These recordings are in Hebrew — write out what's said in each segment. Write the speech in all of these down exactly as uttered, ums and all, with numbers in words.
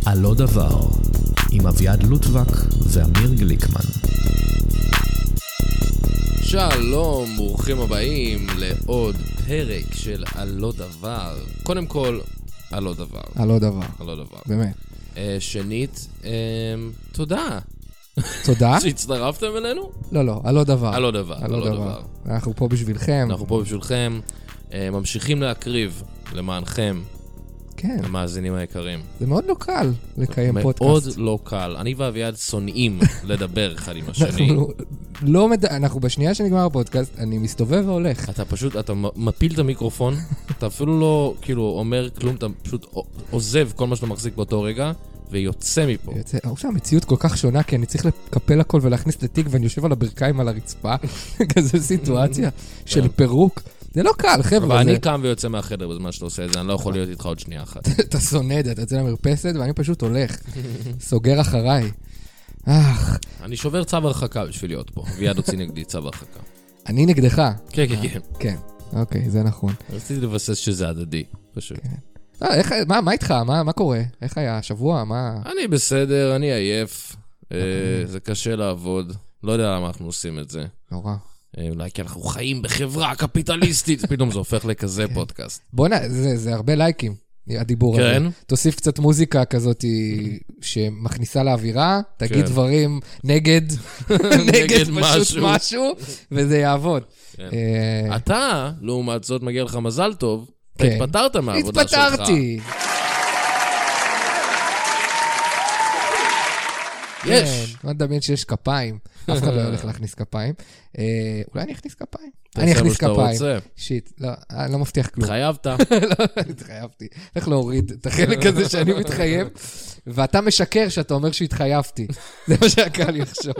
הלא דבר, עם אביעד לוטבק ואמיר גליקמן. שלום, ברוכים הבאים לעוד פרק של הלא דבר. קודם כל, הלא דבר. הלא דבר. הלא דבר. באמת. שנית, תודה. תודה? שהצטרפתם אלינו? לא, לא, הלא דבר. הלא דבר. הלא דבר. אנחנו פה בשבילכם. אנחנו פה בשבילכם. ממשיכים להקריב למענכם. כן. המאזינים היקרים. זה מאוד לא קל לקיים פודקאסט. מאוד לא קל. אני ואביעד שונאים לדבר אחד עם השני. אנחנו לא מד... אנחנו בשנייה שנגמר הפודקאסט, אני מסתובב והולך. אתה פשוט, אתה מפיל את המיקרופון, אתה אפילו לא, כאילו, אומר כלום, אתה פשוט עוזב כל מה שאתה מחזיק באותו רגע, ויוצא מפה. יוצא, עכשיו, המציאות כל כך שונה, כי אני צריך לקפל הכל ולהכניס לתיק, ואני יושב על הברכיים על הרצפה, כזה סיטואציה של פירוק. זה לא קל, חבר'ה. אבל אני קם ויוצא מהחדר בזמן שאתה עושה את זה, אני לא יכול להיות איתך עוד שנייה אחת. אתה שונא את זה, אתה יוצא למרפסת, ואני פשוט הולך, סוגר אחריי. אך. אני שובר צו הרחקה בשביל להיות פה, ויד הוציא נגדי צו הרחקה. אני נגדך. כן, כן, כן. כן, אוקיי, זה נכון. רציתי לבסס שזה הדדי, פשוט. אה, איך, מה, מה איתך? מה, מה קורה? איך היה השבוע? מה? אני בסדר, אני עייף. זה קשה לעבוד. לא יודע למה אנחנו עושים את זה. נורא. אולי כי אנחנו חיים בחברה קפיטליסטית. פתאום זה הופך לכזה פודקאסט. בוא נ... זה, זה הרבה לייקים, הדיבור הזה. כן. תוסיף קצת מוזיקה כזאת שמכניסה לאווירה, תגיד דברים נגד, נגד פשוט משהו, וזה יעבוד. אתה, לעומת זאת, מגיע לך מזל טוב, אתה התפטרת מהעבודה שלך. התפטרתי. יש. אני מדמיין שיש כפיים. אף אחד לא הולך להכניס כפיים. אולי אני אכניס כפיים? אני אכניס כפיים. שיט, לא, אני לא מבטיח כלום. התחייבת. לא, אני התחייבתי. איך להוריד את החלק הזה שאני מתחייב? ואתה משקר שאתה אומר שהתחייבתי. זה מה שהקהל יחשוב.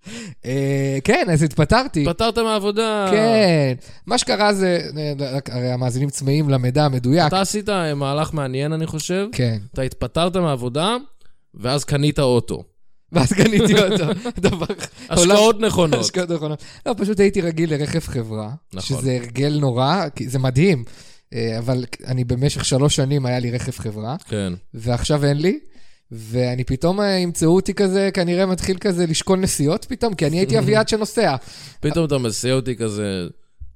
כן, אז התפטרתי. התפטרת מהעבודה. כן. מה שקרה זה, הרי המאזינים צמאים למידע המדויק. אתה עשית מהלך מעניין, אני חושב. כן. אתה התפטרת מהעבודה, ואז קנית אוטו. ואז קניתי אותו. השקעות נכונות. השקעות נכונות. לא, פשוט הייתי רגיל לרכב חברה, שזה הרגל נורא, זה מדהים, אבל אני במשך שלוש שנים היה לי רכב חברה, ועכשיו אין לי, ואני פתאום ימצאו אותי כזה, כנראה מתחיל כזה לשקול נסיעות פתאום, כי אני הייתי אביעד שנוסע. פתאום אתה מסיע אותי כזה,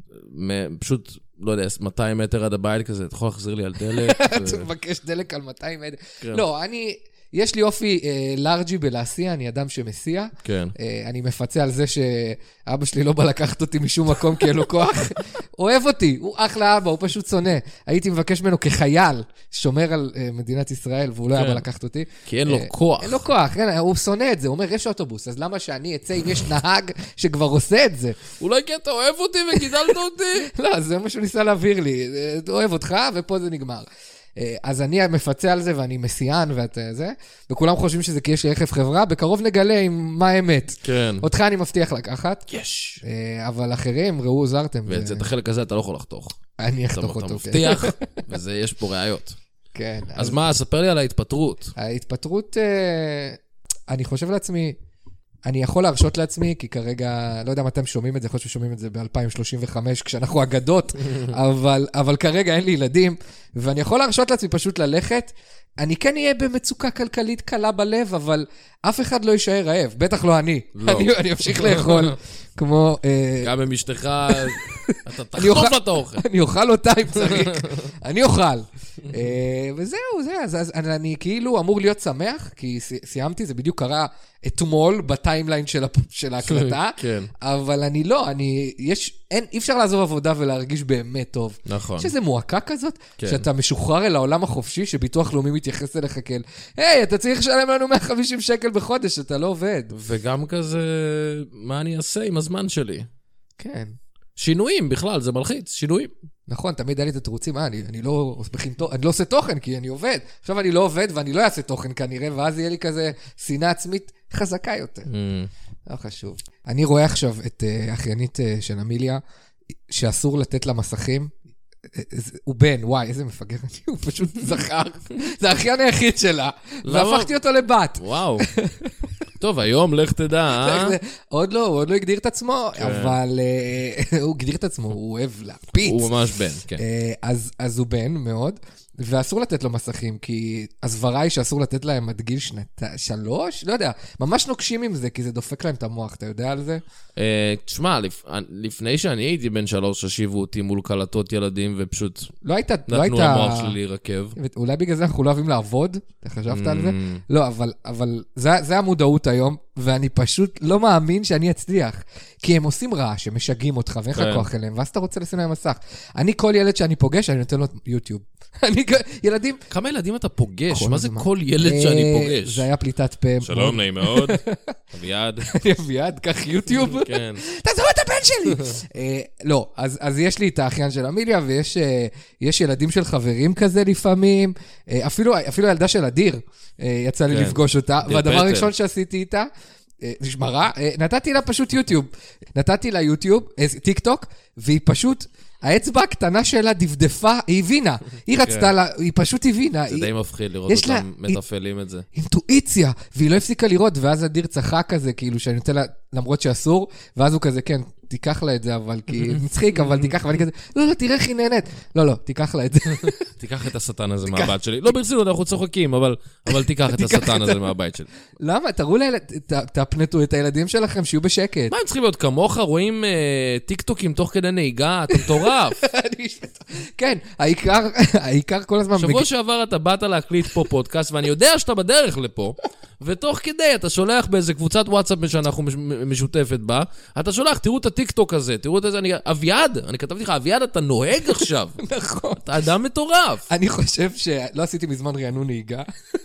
פשוט... לא יודע, מאתיים מטר עד הבית כזה, אתה יכול להחזיר לי על דלק? אתה מבקש דלק על מאתיים מטר. לא, אני... יש לי אופי אה, לארג'י בלהסיע, אני אדם שמסיע. כן. אה, אני מפצה על זה שאבא שלי לא בא לקחת אותי משום מקום כי אין לו כוח. אוהב אותי, הוא אחלה אבא, הוא פשוט שונא. הייתי מבקש ממנו כחייל, שומר על אה, מדינת ישראל, והוא לא כן. היה בא לקחת אותי. כי אין לו אה, כוח. אין לו כוח, כן, הוא שונא את זה. הוא אומר, יש אוטובוס, אז למה שאני אצא אם יש נהג שכבר עושה את זה? אולי כי אתה אוהב אותי וגידלת אותי? לא, זה מה שהוא ניסה להעביר לי. אוהב אותך, ופה זה נגמר. אז אני מפצה על זה ואני מסיען ואת זה, וכולם חושבים שזה כי יש לי רכב חברה, בקרוב נגלה עם מה האמת. כן. אותך אני מבטיח לקחת. יש. אבל אחרים, ראו, עזרתם. ואת החלק הזה אתה לא יכול לחתוך. אני אחתוך אותו. אתה מבטיח, וזה יש פה ראיות. כן. אז מה, ספר לי על ההתפטרות. ההתפטרות, אני חושב לעצמי, אני יכול להרשות לעצמי, כי כרגע, לא יודע אם אתם שומעים את זה, יכול להיות ששומעים את זה ב-אלפיים שלושים וחמש, כשאנחנו אגדות, אבל, אבל כרגע אין לי ילדים, ואני יכול להרשות לעצמי פשוט ללכת. אני כן אהיה במצוקה כלכלית קלה בלב, אבל אף אחד לא יישאר רעב, בטח לא אני. לא. אני, אני אמשיך לאכול, כמו... גם במשתך, אתה תחטוף את האוכל. אני אוכל אותה אם צריך, אני אוכל. וזהו, זה, אז, אז אני כאילו אמור להיות שמח, כי סיימתי, זה בדיוק קרה אתמול בטיימליין של, של ההקלטה, כן. אבל אני לא, אני, יש, אין, אי אפשר לעזוב עבודה ולהרגיש באמת טוב. נכון. יש איזו מועקה כזאת, כן. שאתה משוחרר אל העולם החופשי, שביטוח לאומי מתייחס אליך כאל, היי, אתה צריך לשלם לנו מאה וחמישים שקל בחודש, אתה לא עובד. וגם כזה, מה אני אעשה עם הזמן שלי? כן. שינויים בכלל, זה מלחיץ, שינויים. נכון, תמיד היה לי את התירוצים, אה, אני, אני, לא, אני לא עושה תוכן, כי אני עובד. עכשיו אני לא עובד ואני לא אעשה תוכן כנראה, ואז יהיה לי כזה שנאה עצמית חזקה יותר. Mm. לא חשוב. אני רואה עכשיו את uh, אחיינית uh, של אמיליה, שאסור לתת לה מסכים. הוא בן, וואי, איזה מפגר. הוא פשוט זכר. זה האחיין היחיד שלה. והפכתי אותו לבת. וואו. טוב, היום לך תדע, אה? עוד לא, הוא עוד לא הגדיר את עצמו, אבל הוא הגדיר את עצמו, הוא אוהב להפיץ. הוא ממש בן, כן. אז הוא בן מאוד, ואסור לתת לו מסכים, כי הסברה היא שאסור לתת להם עד גיל שנת... שלוש? לא יודע, ממש נוקשים עם זה, כי זה דופק להם את המוח, אתה יודע על זה? תשמע, לפני שאני הייתי בן שלוש, השיבו אותי מול קלטות ילדים, ופשוט נתנו למוח שלי להירקב. אולי בגלל זה אנחנו לא אוהבים לעבוד? אתה חשבת על זה? לא, אבל זה המודעות היום, ואני פשוט לא מאמין שאני אצליח. כי הם עושים רעש, הם משגעים אותך, ואין לך כוח אליהם, ואז אתה רוצה לשים להם מסך. אני כל ילד שאני פוגש, אני נותן לו יוטיוב. אני ילדים... כמה ילדים אתה פוגש? מה זה כל ילד שאני פוגש? זה היה פליטת פה. שלום, נעים מאוד. אביעד. אביעד, קח יוטיוב. כן. תעזור את הבן שלי! לא, אז יש לי את האחיין של אמיליה, ויש ילדים של חברים כזה לפעמים. אפילו ילדה של אדיר, יצא לי לפגוש אותה, והדבר הראשון שעשיתי איתה, נשמע רע, נתתי לה פשוט יוטיוב. נתתי לה יוטיוב, טיק טוק, והיא פשוט, האצבע הקטנה שלה דפדפה, היא הבינה. היא רצתה לה, היא פשוט הבינה. זה די מפחיד לראות אותם מטפלים את זה. אינטואיציה, והיא לא הפסיקה לראות, ואז אדיר צחק כזה, כאילו שאני נותן לה, למרות שאסור, ואז הוא כזה, כן, תיקח לה את זה, אבל כי מצחיק, אבל תיקח, ואני כזה, לא, לא, תראה איך היא נהנית. לא, לא, תיקח לה את זה. תיקח את השטן הזה מהבית שלי. לא ברצינות, אנחנו צוחקים, אבל תיקח את השטן הזה מהבית שלי. למה? תראו תפנטו את הילדים שלכם, שיהיו בשקט. מה הם צריכים להיות כמוך? רואים טיקטוקים תוך כדי נהיגה? אתה מטורף. כן, העיקר, העיקר כל הזמן... שבוע שעבר אתה באת להקליט פה פודקאסט, ואני יודע שאתה בדרך לפה, ותוך כדי אתה שולח באיזה קבוצת וואטסאפ שאנחנו משותפת בה, אתה שולח, תראו את הטיקטוק הזה, תראו את זה, אני... אביעד, אני כתבתי לך, אביעד, אתה נוהג עכשיו. נכון. אתה אדם מטורף. אני חושב שלא עשיתי מזמן רענון נהיגה.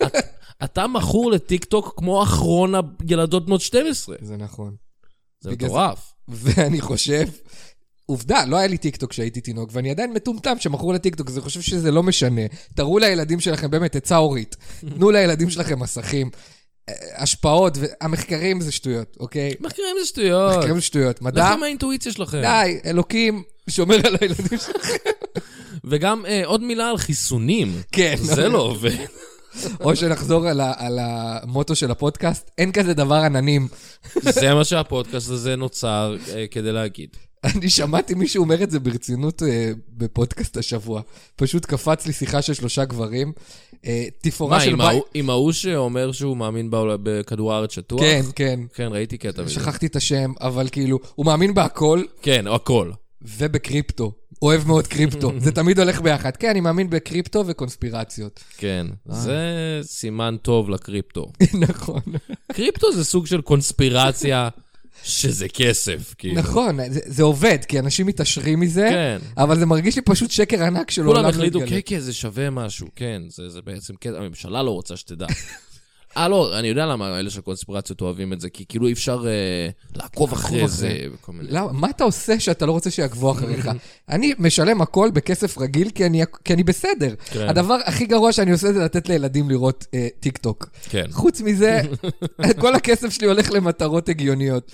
אתה מכור לטיקטוק כמו אחרון הילדות בנות שתים עשרה. זה נכון. זה מטורף. ואני חושב... עובדה, לא היה לי טיקטוק כשהייתי תינוק, ואני עדיין מטומטם שמכרו לטיקטוק, אז אני חושב שזה לא משנה. תראו לילדים שלכם באמת עצה הורית. תנו לילדים שלכם מסכים. השפעות, והמחקרים זה שטויות, אוקיי? מחקרים זה שטויות. מחקרים זה שטויות. מדע... לכם האינטואיציה שלכם. די, אלוקים שומר על הילדים שלכם. וגם אה, עוד מילה על חיסונים. כן. זה לא עובד. או שנחזור על, ה- על המוטו של הפודקאסט, אין כזה דבר עננים. זה מה שהפודקאסט הזה נוצר אה, כדי להגיד. אני שמעתי מישהו אומר את זה ברצינות אה, בפודקאסט השבוע. פשוט קפץ לי שיחה של שלושה גברים. אה, תפאורה של בית... עם ההוא שאומר שהוא מאמין בכדור הארץ שטוח? כן, כן. כן, ראיתי קטע מזה. שכחתי את השם, אבל כאילו, הוא מאמין בהכל. כן, הכל. ובקריפטו. אוהב מאוד קריפטו. זה תמיד הולך ביחד. כן, אני מאמין בקריפטו וקונספירציות. כן, זה סימן טוב לקריפטו. נכון. קריפטו זה סוג של קונספירציה שזה כסף. נכון, זה עובד, כי אנשים מתעשרים מזה, כן. אבל זה מרגיש לי פשוט שקר ענק שלו. כולם החליטו, כן, כן, זה שווה משהו, כן, זה בעצם, הממשלה לא רוצה שתדע. אה, לא, אני יודע למה אלה של קונספירציות אוהבים את זה, כי כאילו אי אפשר לעקוב אחרי זה. למה? מה אתה עושה שאתה לא רוצה שיעקבו אחריך? אני משלם הכל בכסף רגיל, כי אני בסדר. הדבר הכי גרוע שאני עושה זה לתת לילדים לראות טיק טוק. חוץ מזה, כל הכסף שלי הולך למטרות הגיוניות.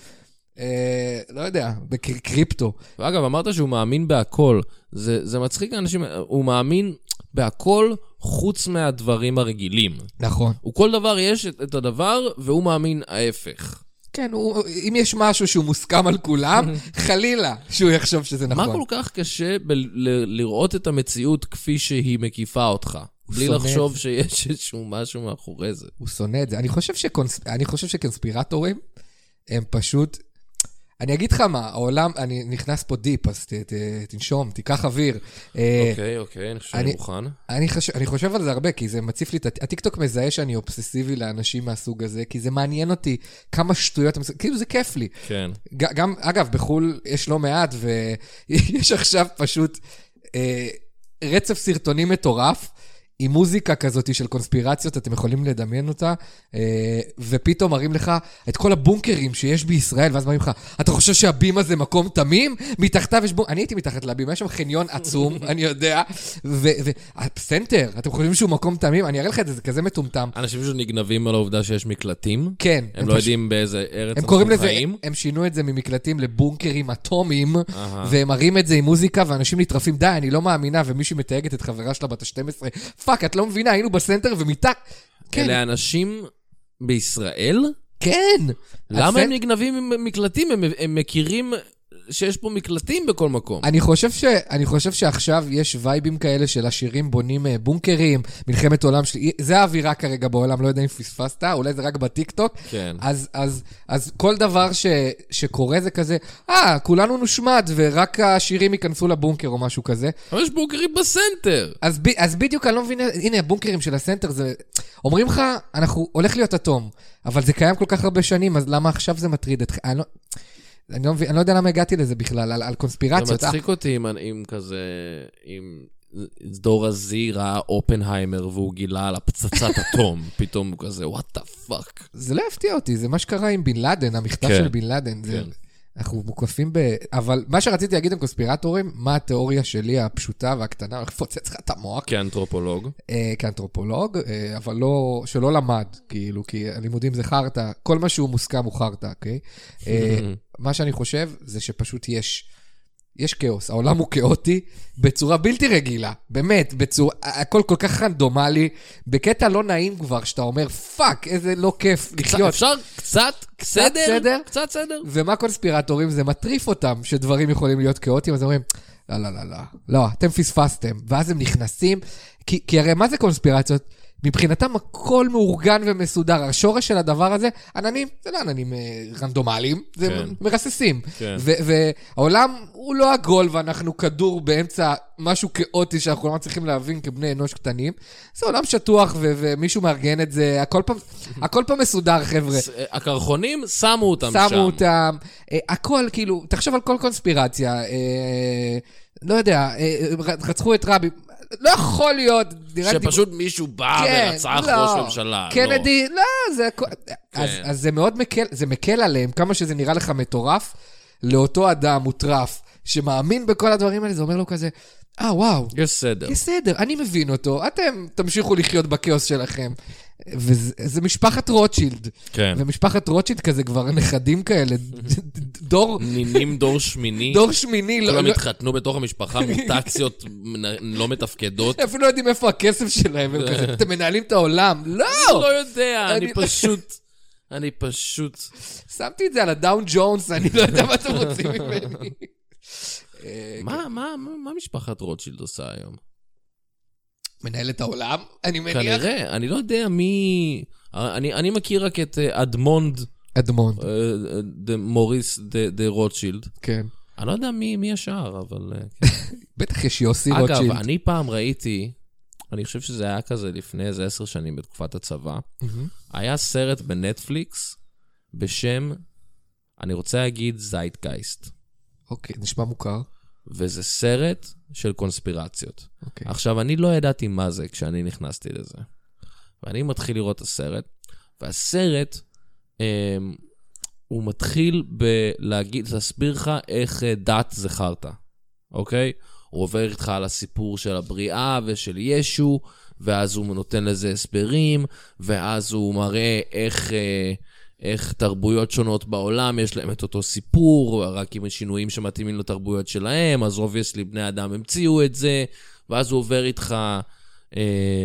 לא יודע, בקריפטו. ואגב, אמרת שהוא מאמין בהכל. זה מצחיק לאנשים, הוא מאמין בהכל חוץ מהדברים הרגילים. נכון. הוא כל דבר יש את הדבר, והוא מאמין ההפך. כן, הוא, אם יש משהו שהוא מוסכם על כולם, חלילה שהוא יחשוב שזה נכון. מה כל כך קשה ב- לראות את המציאות כפי שהיא מקיפה אותך? בלי לחשוב שיש איזשהו משהו מאחורי זה. הוא שונא את זה. אני חושב שקונס... אני חושב שקונספירטורים הם פשוט... אני אגיד לך מה, העולם, אני נכנס פה דיפ, אז ת, ת, תנשום, תיקח אוויר. אוקיי, אוקיי, אני חושב שאני מוכן. אני חושב, אני חושב על זה הרבה, כי זה מציף לי, הטיקטוק מזהה שאני אובססיבי לאנשים מהסוג הזה, כי זה מעניין אותי כמה שטויות, כאילו זה כיף לי. כן. גם, אגב, בחול יש לא מעט, ויש עכשיו פשוט אה, רצף סרטונים מטורף, עם מוזיקה כזאת של קונספירציות, אתם יכולים לדמיין אותה, ופתאום מראים לך את כל הבונקרים שיש בישראל, ואז מראים לך, אתה חושב שהבים הזה מקום תמים? מתחתיו יש בונקר, אני הייתי מתחת לבים, יש שם חניון עצום, אני יודע, והפסנטר, אתם חושבים שהוא מקום תמים? אני אראה לך את זה, זה כזה מטומטם. אנשים שנגנבים על העובדה שיש מקלטים? כן. הם לא יודעים באיזה ארץ הם קוראים לזה, הם שינו את זה ממקלטים לבונקרים אטומיים, והם מראים את זה עם מוזיקה, ואנשים נטרפים, די, אני לא מאמינה, ומישהו מתייגת את חברה שלה בת ה-שתים עשרה, פאק, את לא מבינה, היינו בסנטר ומיטה. אלה אנשים בישראל? כן. למה הם נגנבים מקלטים? הם מכירים שיש פה מקלטים בכל מקום. אני חושב ש... אני חושב שעכשיו יש וייבים כאלה של עשירים בונים בונקרים, מלחמת עולם שלי, זה האווירה כרגע בעולם, לא יודע אם פספסת, אולי זה רק בטיקטוק. כן. אז, אז, אז כל דבר ש, שקורה זה כזה, אה, כולנו נושמד, ורק העשירים ייכנסו לבונקר או משהו כזה. אבל יש בונקרים בסנטר. אז, ב, אז בדיוק אני לא מבין, הנה, הבונקרים של הסנטר זה... אומרים לך, אנחנו הולך להיות אטום, אבל זה קיים כל כך הרבה שנים, אז למה עכשיו זה מטריד אתך? אני לא... אני לא, אני לא יודע למה הגעתי לזה בכלל, על, על קונספירציות. זה מצחיק אותי עם, עם כזה, עם דור הזי ראה אופנהיימר, והוא גילה על הפצצת אטום, פתאום הוא כזה, what the fuck. זה לא הפתיע אותי, זה מה שקרה עם בן לאדן, המכתב כן. של בן לאדן. זה, כן. אנחנו מוקפים ב... אבל מה שרציתי להגיד עם קונספירטורים, מה התיאוריה שלי הפשוטה והקטנה, איך פוצץ לך את המוח. כאנתרופולוג. אה, כאנתרופולוג, אה, אבל לא, שלא למד, כאילו, כי הלימודים זה חרטה, כל מה שהוא מוסכם הוא חרטה, אוקיי? אה, מה שאני חושב זה שפשוט יש... יש כאוס, העולם הוא כאוטי בצורה בלתי רגילה, באמת, בצורה, הכל כל כך רנדומלי, בקטע לא נעים כבר, שאתה אומר, פאק, איזה לא כיף לחיות. אפשר קצת סדר? סדר? קצת סדר? ומה קונספירטורים? זה מטריף אותם, שדברים יכולים להיות כאוטיים, אז אומרים, לא, לא, לא, לא, לא, אתם פספסתם, ואז הם נכנסים, כי, כי הרי מה זה קונספירציות? מבחינתם הכל מאורגן ומסודר. השורש של הדבר הזה, עננים, זה לא עננים רנדומליים, זה כן. מרססים. כן. והעולם הוא לא עגול, ואנחנו כדור באמצע משהו כאוטי, שאנחנו לא מצליחים להבין כבני אנוש קטנים. זה עולם שטוח, ו- ומישהו מארגן את זה, הכל פעם, הכל פעם מסודר, חבר'ה. הקרחונים שמו אותם שמו שם. שמו אותם, הכל, כאילו, תחשוב על כל קונספירציה, לא יודע, רצחו את רבי, לא יכול להיות. שפשוט מישהו בא ורצח ראש ממשלה. קנדי, לא, זה... אז זה מאוד מקל, זה מקל עליהם, כמה שזה נראה לך מטורף, לאותו אדם מוטרף, שמאמין בכל הדברים האלה, זה אומר לו כזה, אה, וואו. יש סדר. יש סדר, אני מבין אותו, אתם תמשיכו לחיות בכאוס שלכם. וזה משפחת רוטשילד. כן. ומשפחת רוטשילד כזה כבר נכדים כאלה, דור... נינים דור שמיני. דור שמיני. כולם התחתנו בתוך המשפחה, מוטציות לא מתפקדות. אפילו לא יודעים איפה הכסף שלהם, הם כזה, אתם מנהלים את העולם. לא! אני לא יודע, אני פשוט... אני פשוט... שמתי את זה על הדאון ג'ונס, אני לא יודע מה אתם רוצים ממני. מה, מה, מה משפחת רוטשילד עושה היום? מנהל את העולם, אני מניח. כנראה, אני לא יודע מי... אני, אני מכיר רק את אדמונד. אדמונד. מוריס דה רוטשילד. כן. אני לא יודע מי, מי השאר, אבל... בטח יש יוסי רוטשילד. אגב, אני פעם ראיתי, אני חושב שזה היה כזה לפני איזה עשר שנים בתקופת הצבא, היה סרט בנטפליקס בשם, אני רוצה להגיד זייטגייסט. אוקיי, נשמע מוכר. וזה סרט של קונספירציות. אוקיי. עכשיו, אני לא ידעתי מה זה כשאני נכנסתי לזה. ואני מתחיל לראות את הסרט, והסרט, אה, הוא מתחיל בלהגיד, להסביר לך איך דת זכרת, אוקיי? הוא עובר איתך על הסיפור של הבריאה ושל ישו, ואז הוא נותן לזה הסברים, ואז הוא מראה איך... אה, איך תרבויות שונות בעולם, יש להם את אותו סיפור, רק עם שינויים שמתאימים לתרבויות שלהם, אז obviously בני אדם המציאו את זה, ואז הוא עובר איתך, אה,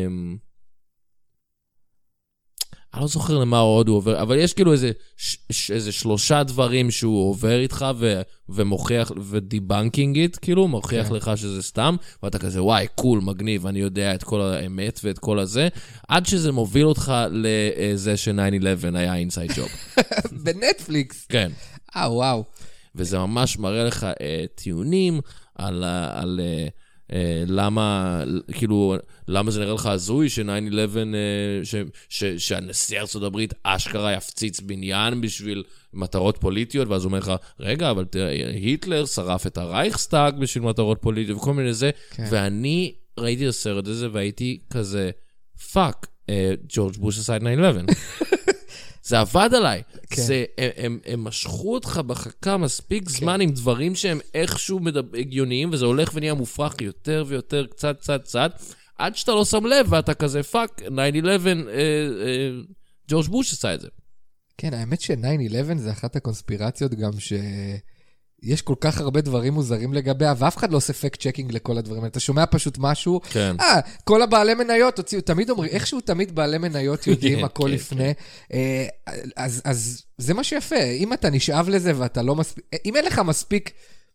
אני לא זוכר למה עוד הוא עובר, אבל יש כאילו איזה, ש, איזה שלושה דברים שהוא עובר איתך, ו, ומוכיח, ודיבנקינג איט, כאילו, מוכיח okay. לך שזה סתם, ואתה כזה, וואי, קול, מגניב, אני יודע את כל האמת ואת כל הזה, עד שזה מוביל אותך לזה ש-נין אלבן היה אינסייד ג'וב. בנטפליקס? כן. אה, וואו. וזה ממש מראה לך אה, טיעונים על... על אה, Uh, למה, כאילו, למה זה נראה לך הזוי ש-נין אלבן, uh, ש, ש, שהנשיא ארצות הברית אשכרה יפציץ בניין בשביל מטרות פוליטיות, ואז הוא אומר לך, רגע, אבל היטלר שרף את הרייכסטאג בשביל מטרות פוליטיות וכל מיני זה, כן. ואני ראיתי את הסרט הזה והייתי כזה, פאק, ג'ורג' בוש עשה את נין אלבן. זה עבד עליי. כן. זה, הם, הם, הם משכו אותך בחכה מספיק כן. זמן עם דברים שהם איכשהו מדבר, הגיוניים, וזה הולך ונהיה מופרך יותר ויותר, קצת, קצת, קצת, עד שאתה לא שם לב, ואתה כזה, פאק, נין אלבן, אה, אה, ג'ורג' בוש עשה את זה. כן, האמת ש-נין אלבן זה אחת הקונספירציות גם ש... יש כל כך הרבה דברים מוזרים לגביה, ואף אחד לא עושה פקט צ'קינג לכל הדברים. אתה שומע פשוט משהו, כן. אה, כל הבעלי מניות הוציאו, תמיד אומרים, איכשהו תמיד בעלי מניות יודעים הכל לפני, אז, אז זה מה שיפה, אם אתה נשאב לזה ואתה לא מספיק, אם אין לך מספיק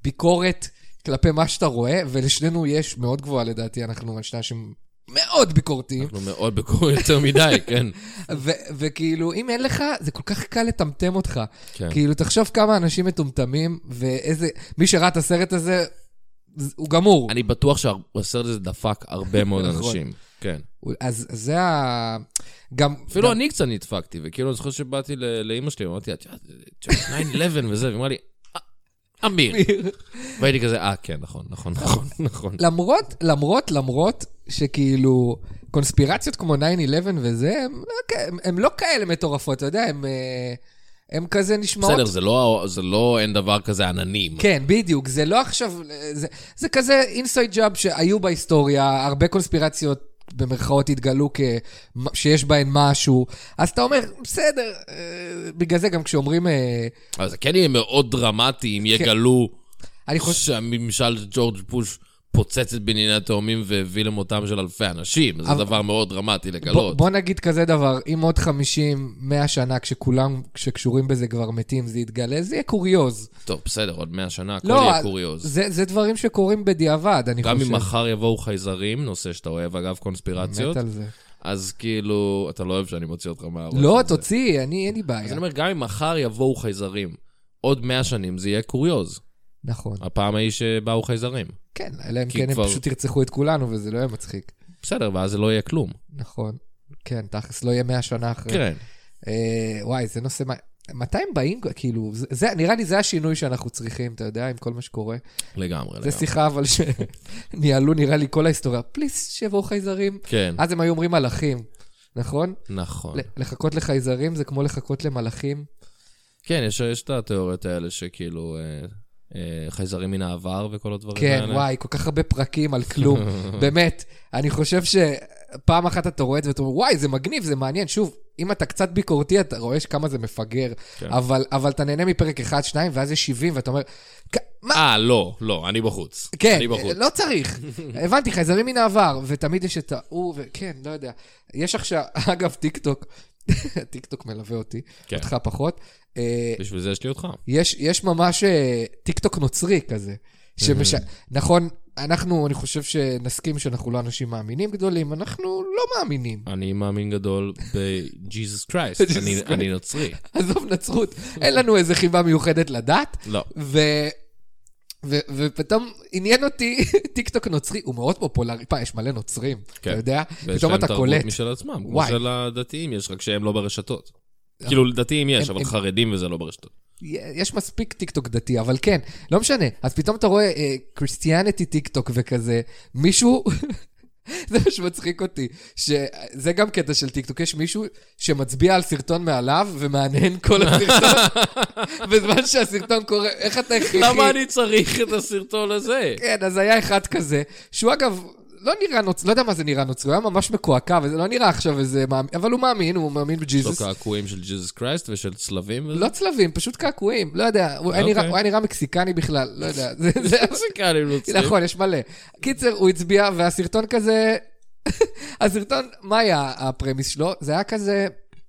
ביקורת כלפי מה שאתה רואה, ולשנינו יש מאוד גבוהה לדעתי, אנחנו שני אנשים מאוד ביקורתיים. אנחנו מאוד ביקורתיים יותר מדי, כן. וכאילו, אם אין לך, זה כל כך קל לטמטם אותך. כן. כאילו, תחשוב כמה אנשים מטומטמים, ואיזה, מי שראה את הסרט הזה, הוא גמור. אני בטוח שהסרט הזה דפק הרבה מאוד אנשים. כן. אז זה ה... גם... אפילו אני קצת נדפקתי, וכאילו אני זוכר שבאתי לאמא שלי, אמרתי, תשע אחת עשרה וזה, ואמרה לי, אמיר. והייתי כזה, אה, כן, נכון, נכון, נכון, נכון. למרות, למרות, למרות, שכאילו, קונספירציות כמו תשע אחת עשרה וזה, הם לא כאלה מטורפות, אתה יודע, הם... הם כזה נשמעות... בסדר, זה לא, זה לא, אין דבר כזה עננים. כן, בדיוק, זה לא עכשיו, זה, זה כזה אינסייד ג'אב שהיו בהיסטוריה, הרבה קונספירציות במרכאות התגלו כ... שיש בהן משהו, אז אתה אומר, בסדר, בגלל זה גם כשאומרים... אבל זה כן יהיה מאוד דרמטי אם יגלו שהממשל ג'ורג' בוש פוצץ את בנייני התאומים והביא למותם של אלפי אנשים. זה דבר מאוד דרמטי לגלות. בוא נגיד כזה דבר, אם עוד חמישים, מאה שנה, כשכולם, כשקשורים בזה כבר מתים, זה יתגלה, זה יהיה קוריוז. טוב, בסדר, עוד מאה שנה, הכל יהיה קוריוז. זה, זה דברים שקורים בדיעבד, אני חושב. גם אם מחר יבואו חייזרים, נושא שאתה אוהב, אגב, קונספירציות. מת על זה. אז כאילו, אתה לא אוהב שאני מוציא אותך מהראש. לא, תוציא, אני, אין לי בעיה. אז אני אומר, גם אם מחר יבואו חייזרים, עוד מאה שנים, זה יהיה קוריוז. נכון. הפעם ההיא שבאו חייזרים. כן, אלא אם כן הם פשוט ירצחו את כולנו, וזה לא יהיה מצחיק. בסדר, ואז זה לא יהיה כלום. נכון. כן, תכלס לא יהיה מאה שנה אחרי. כן. וואי, זה נושא... מתי הם באים? כאילו, נראה לי זה השינוי שאנחנו צריכים, אתה יודע, עם כל מה שקורה. לגמרי, לגמרי. זה שיחה, אבל שניהלו, נראה לי, כל ההיסטוריה. פליס, שיבואו חייזרים. כן. אז הם היו אומרים מלאכים, נכון? נכון. לחכות לחייזרים זה כמו לחכות למלאכים. כן, יש את התיאוריות האלה שכאילו... חייזרים מן העבר וכל הדברים כן, האלה. כן, וואי, כל כך הרבה פרקים על כלום. באמת, אני חושב שפעם אחת אתה רואה את זה ואתה אומר, וואי, זה מגניב, זה מעניין. שוב, אם אתה קצת ביקורתי, אתה רואה כמה זה מפגר. כן. אבל, אבל אתה נהנה מפרק אחד, שניים, ואז יש שבעים, ואתה אומר, אה, לא, לא, אני בחוץ. כן, אני בחוץ. לא צריך. הבנתי, חייזרים מן העבר, ותמיד יש את ההוא, וכן, לא יודע. יש עכשיו, אגב, טיק טוק, טיק טוק מלווה אותי, כן. אותך פחות. בשביל זה יש לי אותך. יש, יש ממש טיק טוק נוצרי כזה, שמש... נכון, אנחנו, אני חושב שנסכים שאנחנו לא אנשים מאמינים גדולים, אנחנו לא מאמינים. אני מאמין גדול בג'יזוס קרייסט, אני, אני נוצרי. עזוב נצרות, אין לנו איזה חיבה מיוחדת לדת. לא. ו... ו- ופתאום עניין אותי, טיק טוק נוצרי, הוא מאוד פופולרי, פעם יש מלא נוצרים, אתה יודע? פתאום אתה קולט. ויש להם תרבות משל עצמם, כמו של הדתיים יש, רק שהם לא ברשתות. כאילו לדתיים יש, אבל חרדים וזה לא ברשתות. יש מספיק טיק טוק דתי, אבל כן, לא משנה. אז פתאום אתה רואה קריסטיאניטי טיק טוק וכזה, מישהו... זה מה שמצחיק אותי, שזה גם קטע של טיקטוק, יש מישהו שמצביע על סרטון מעליו ומעניין כל הסרטון, בזמן שהסרטון קורה, איך אתה הכרחי? למה אני צריך את הסרטון הזה? כן, אז היה אחד כזה, שהוא אגב, לא נראה נוצרי, לא יודע מה זה נראה נוצרי, הוא היה ממש מקועקע, וזה לא נראה עכשיו איזה מאמין, אבל הוא מאמין, הוא מאמין בג'יזוס. לא קעקועים של ג'יזוס קרייסט ושל צלבים? לא צלבים, פשוט קעקועים, לא יודע, הוא היה נראה מקסיקני בכלל, לא יודע. מקסיקני נוצרי. נכון, יש מלא. קיצר, הוא הצביע, והסרטון כזה, הסרטון, מה היה הפרמיס שלו? זה היה כזה...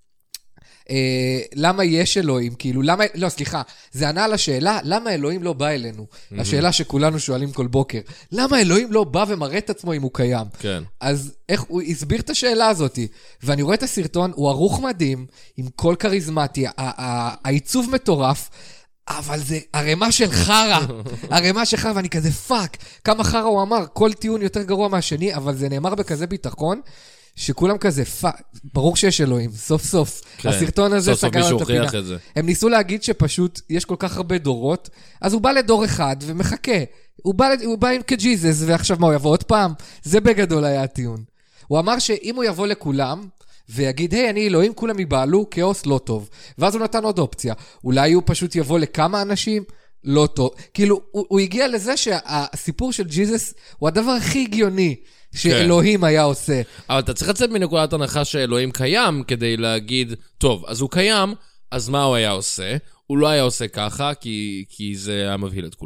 אה, למה יש אלוהים? כאילו, למה... לא, סליחה. זה ענה על השאלה, למה אלוהים לא בא אלינו? Mm-hmm. השאלה שכולנו שואלים כל בוקר. למה אלוהים לא בא ומראה את עצמו אם הוא קיים? כן. אז איך... הוא הסביר את השאלה הזאת. ואני רואה את הסרטון, הוא ערוך מדהים, עם כל קריזמטי, העיצוב מטורף, אבל זה הרמה של חרה. הרמה של חרה, ואני כזה פאק. כמה חרה הוא אמר, כל טיעון יותר גרוע מהשני, אבל זה נאמר בכזה ביטחון, שכולם כזה, ברור שיש אלוהים, סוף סוף. כן. הסרטון הזה סגר את הפינה. את הם ניסו להגיד שפשוט יש כל כך הרבה דורות, אז הוא בא לדור אחד ומחכה. הוא בא, הוא בא עם כג'יזס, ועכשיו מה, הוא יבוא עוד פעם? זה בגדול היה הטיעון. הוא אמר שאם הוא יבוא לכולם, ויגיד, היי, אני אלוהים, כולם יבעלו, כאוס לא טוב. ואז הוא נתן עוד אופציה. אולי הוא פשוט יבוא לכמה אנשים, לא טוב. כאילו, הוא, הוא הגיע לזה שהסיפור של ג'יזס הוא הדבר הכי הגיוני. שאלוהים היה עושה. אבל אתה צריך לצאת מנקודת הנחה שאלוהים קיים, כדי להגיד, טוב, אז הוא קיים, אז מה הוא היה עושה? הוא לא היה עושה ככה, כי, כי זה היה מבהיל את כולם.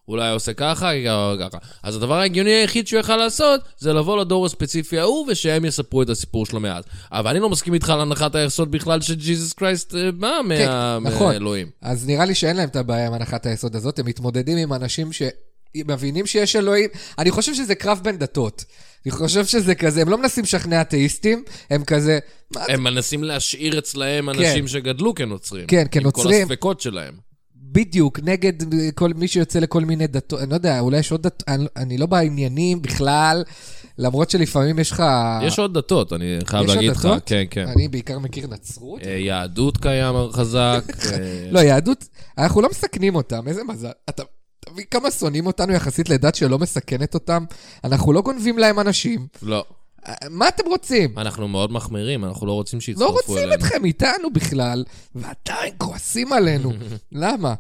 אולי עושה ככה, ככה. אז הדבר ההגיוני היחיד שהוא יכל לעשות, זה לבוא לדור הספציפי ההוא, ושהם יספרו את הסיפור שלו מאז. אבל אני לא מסכים איתך על הנחת היסוד בכלל שג'יזוס קרייסט בא מהאלוהים. אז נראה לי שאין להם את הבעיה עם הנחת היסוד הזאת, הם מתמודדים עם אנשים שמבינים שיש אלוהים. אני חושב שזה קרב בין דתות. אני חושב שזה כזה, הם לא מנסים לשכנע אתאיסטים, הם כזה... הם מנסים להשאיר אצלהם אנשים שגדלו כנוצרים. כן, כנוצרים. עם כל הספקות שלהם. בדיוק, נגד כל, מי שיוצא לכל מיני דתות, אני לא יודע, אולי יש עוד דתות, אני, אני לא בעניינים בכלל, למרות שלפעמים יש לך... יש עוד דתות, אני חייב להגיד לך. כן, כן. אני בעיקר מכיר נצרות. יהדות קיים חזק. לא, יהדות, אנחנו לא מסכנים אותם, איזה מזל. אתה תביא כמה שונאים אותנו יחסית לדת שלא מסכנת אותם, אנחנו לא גונבים להם אנשים. לא. מה אתם רוצים? אנחנו מאוד מחמירים, אנחנו לא רוצים שיצטרפו אלינו. לא רוצים אתכם איתנו בכלל, ועדיין כועסים עלינו. למה?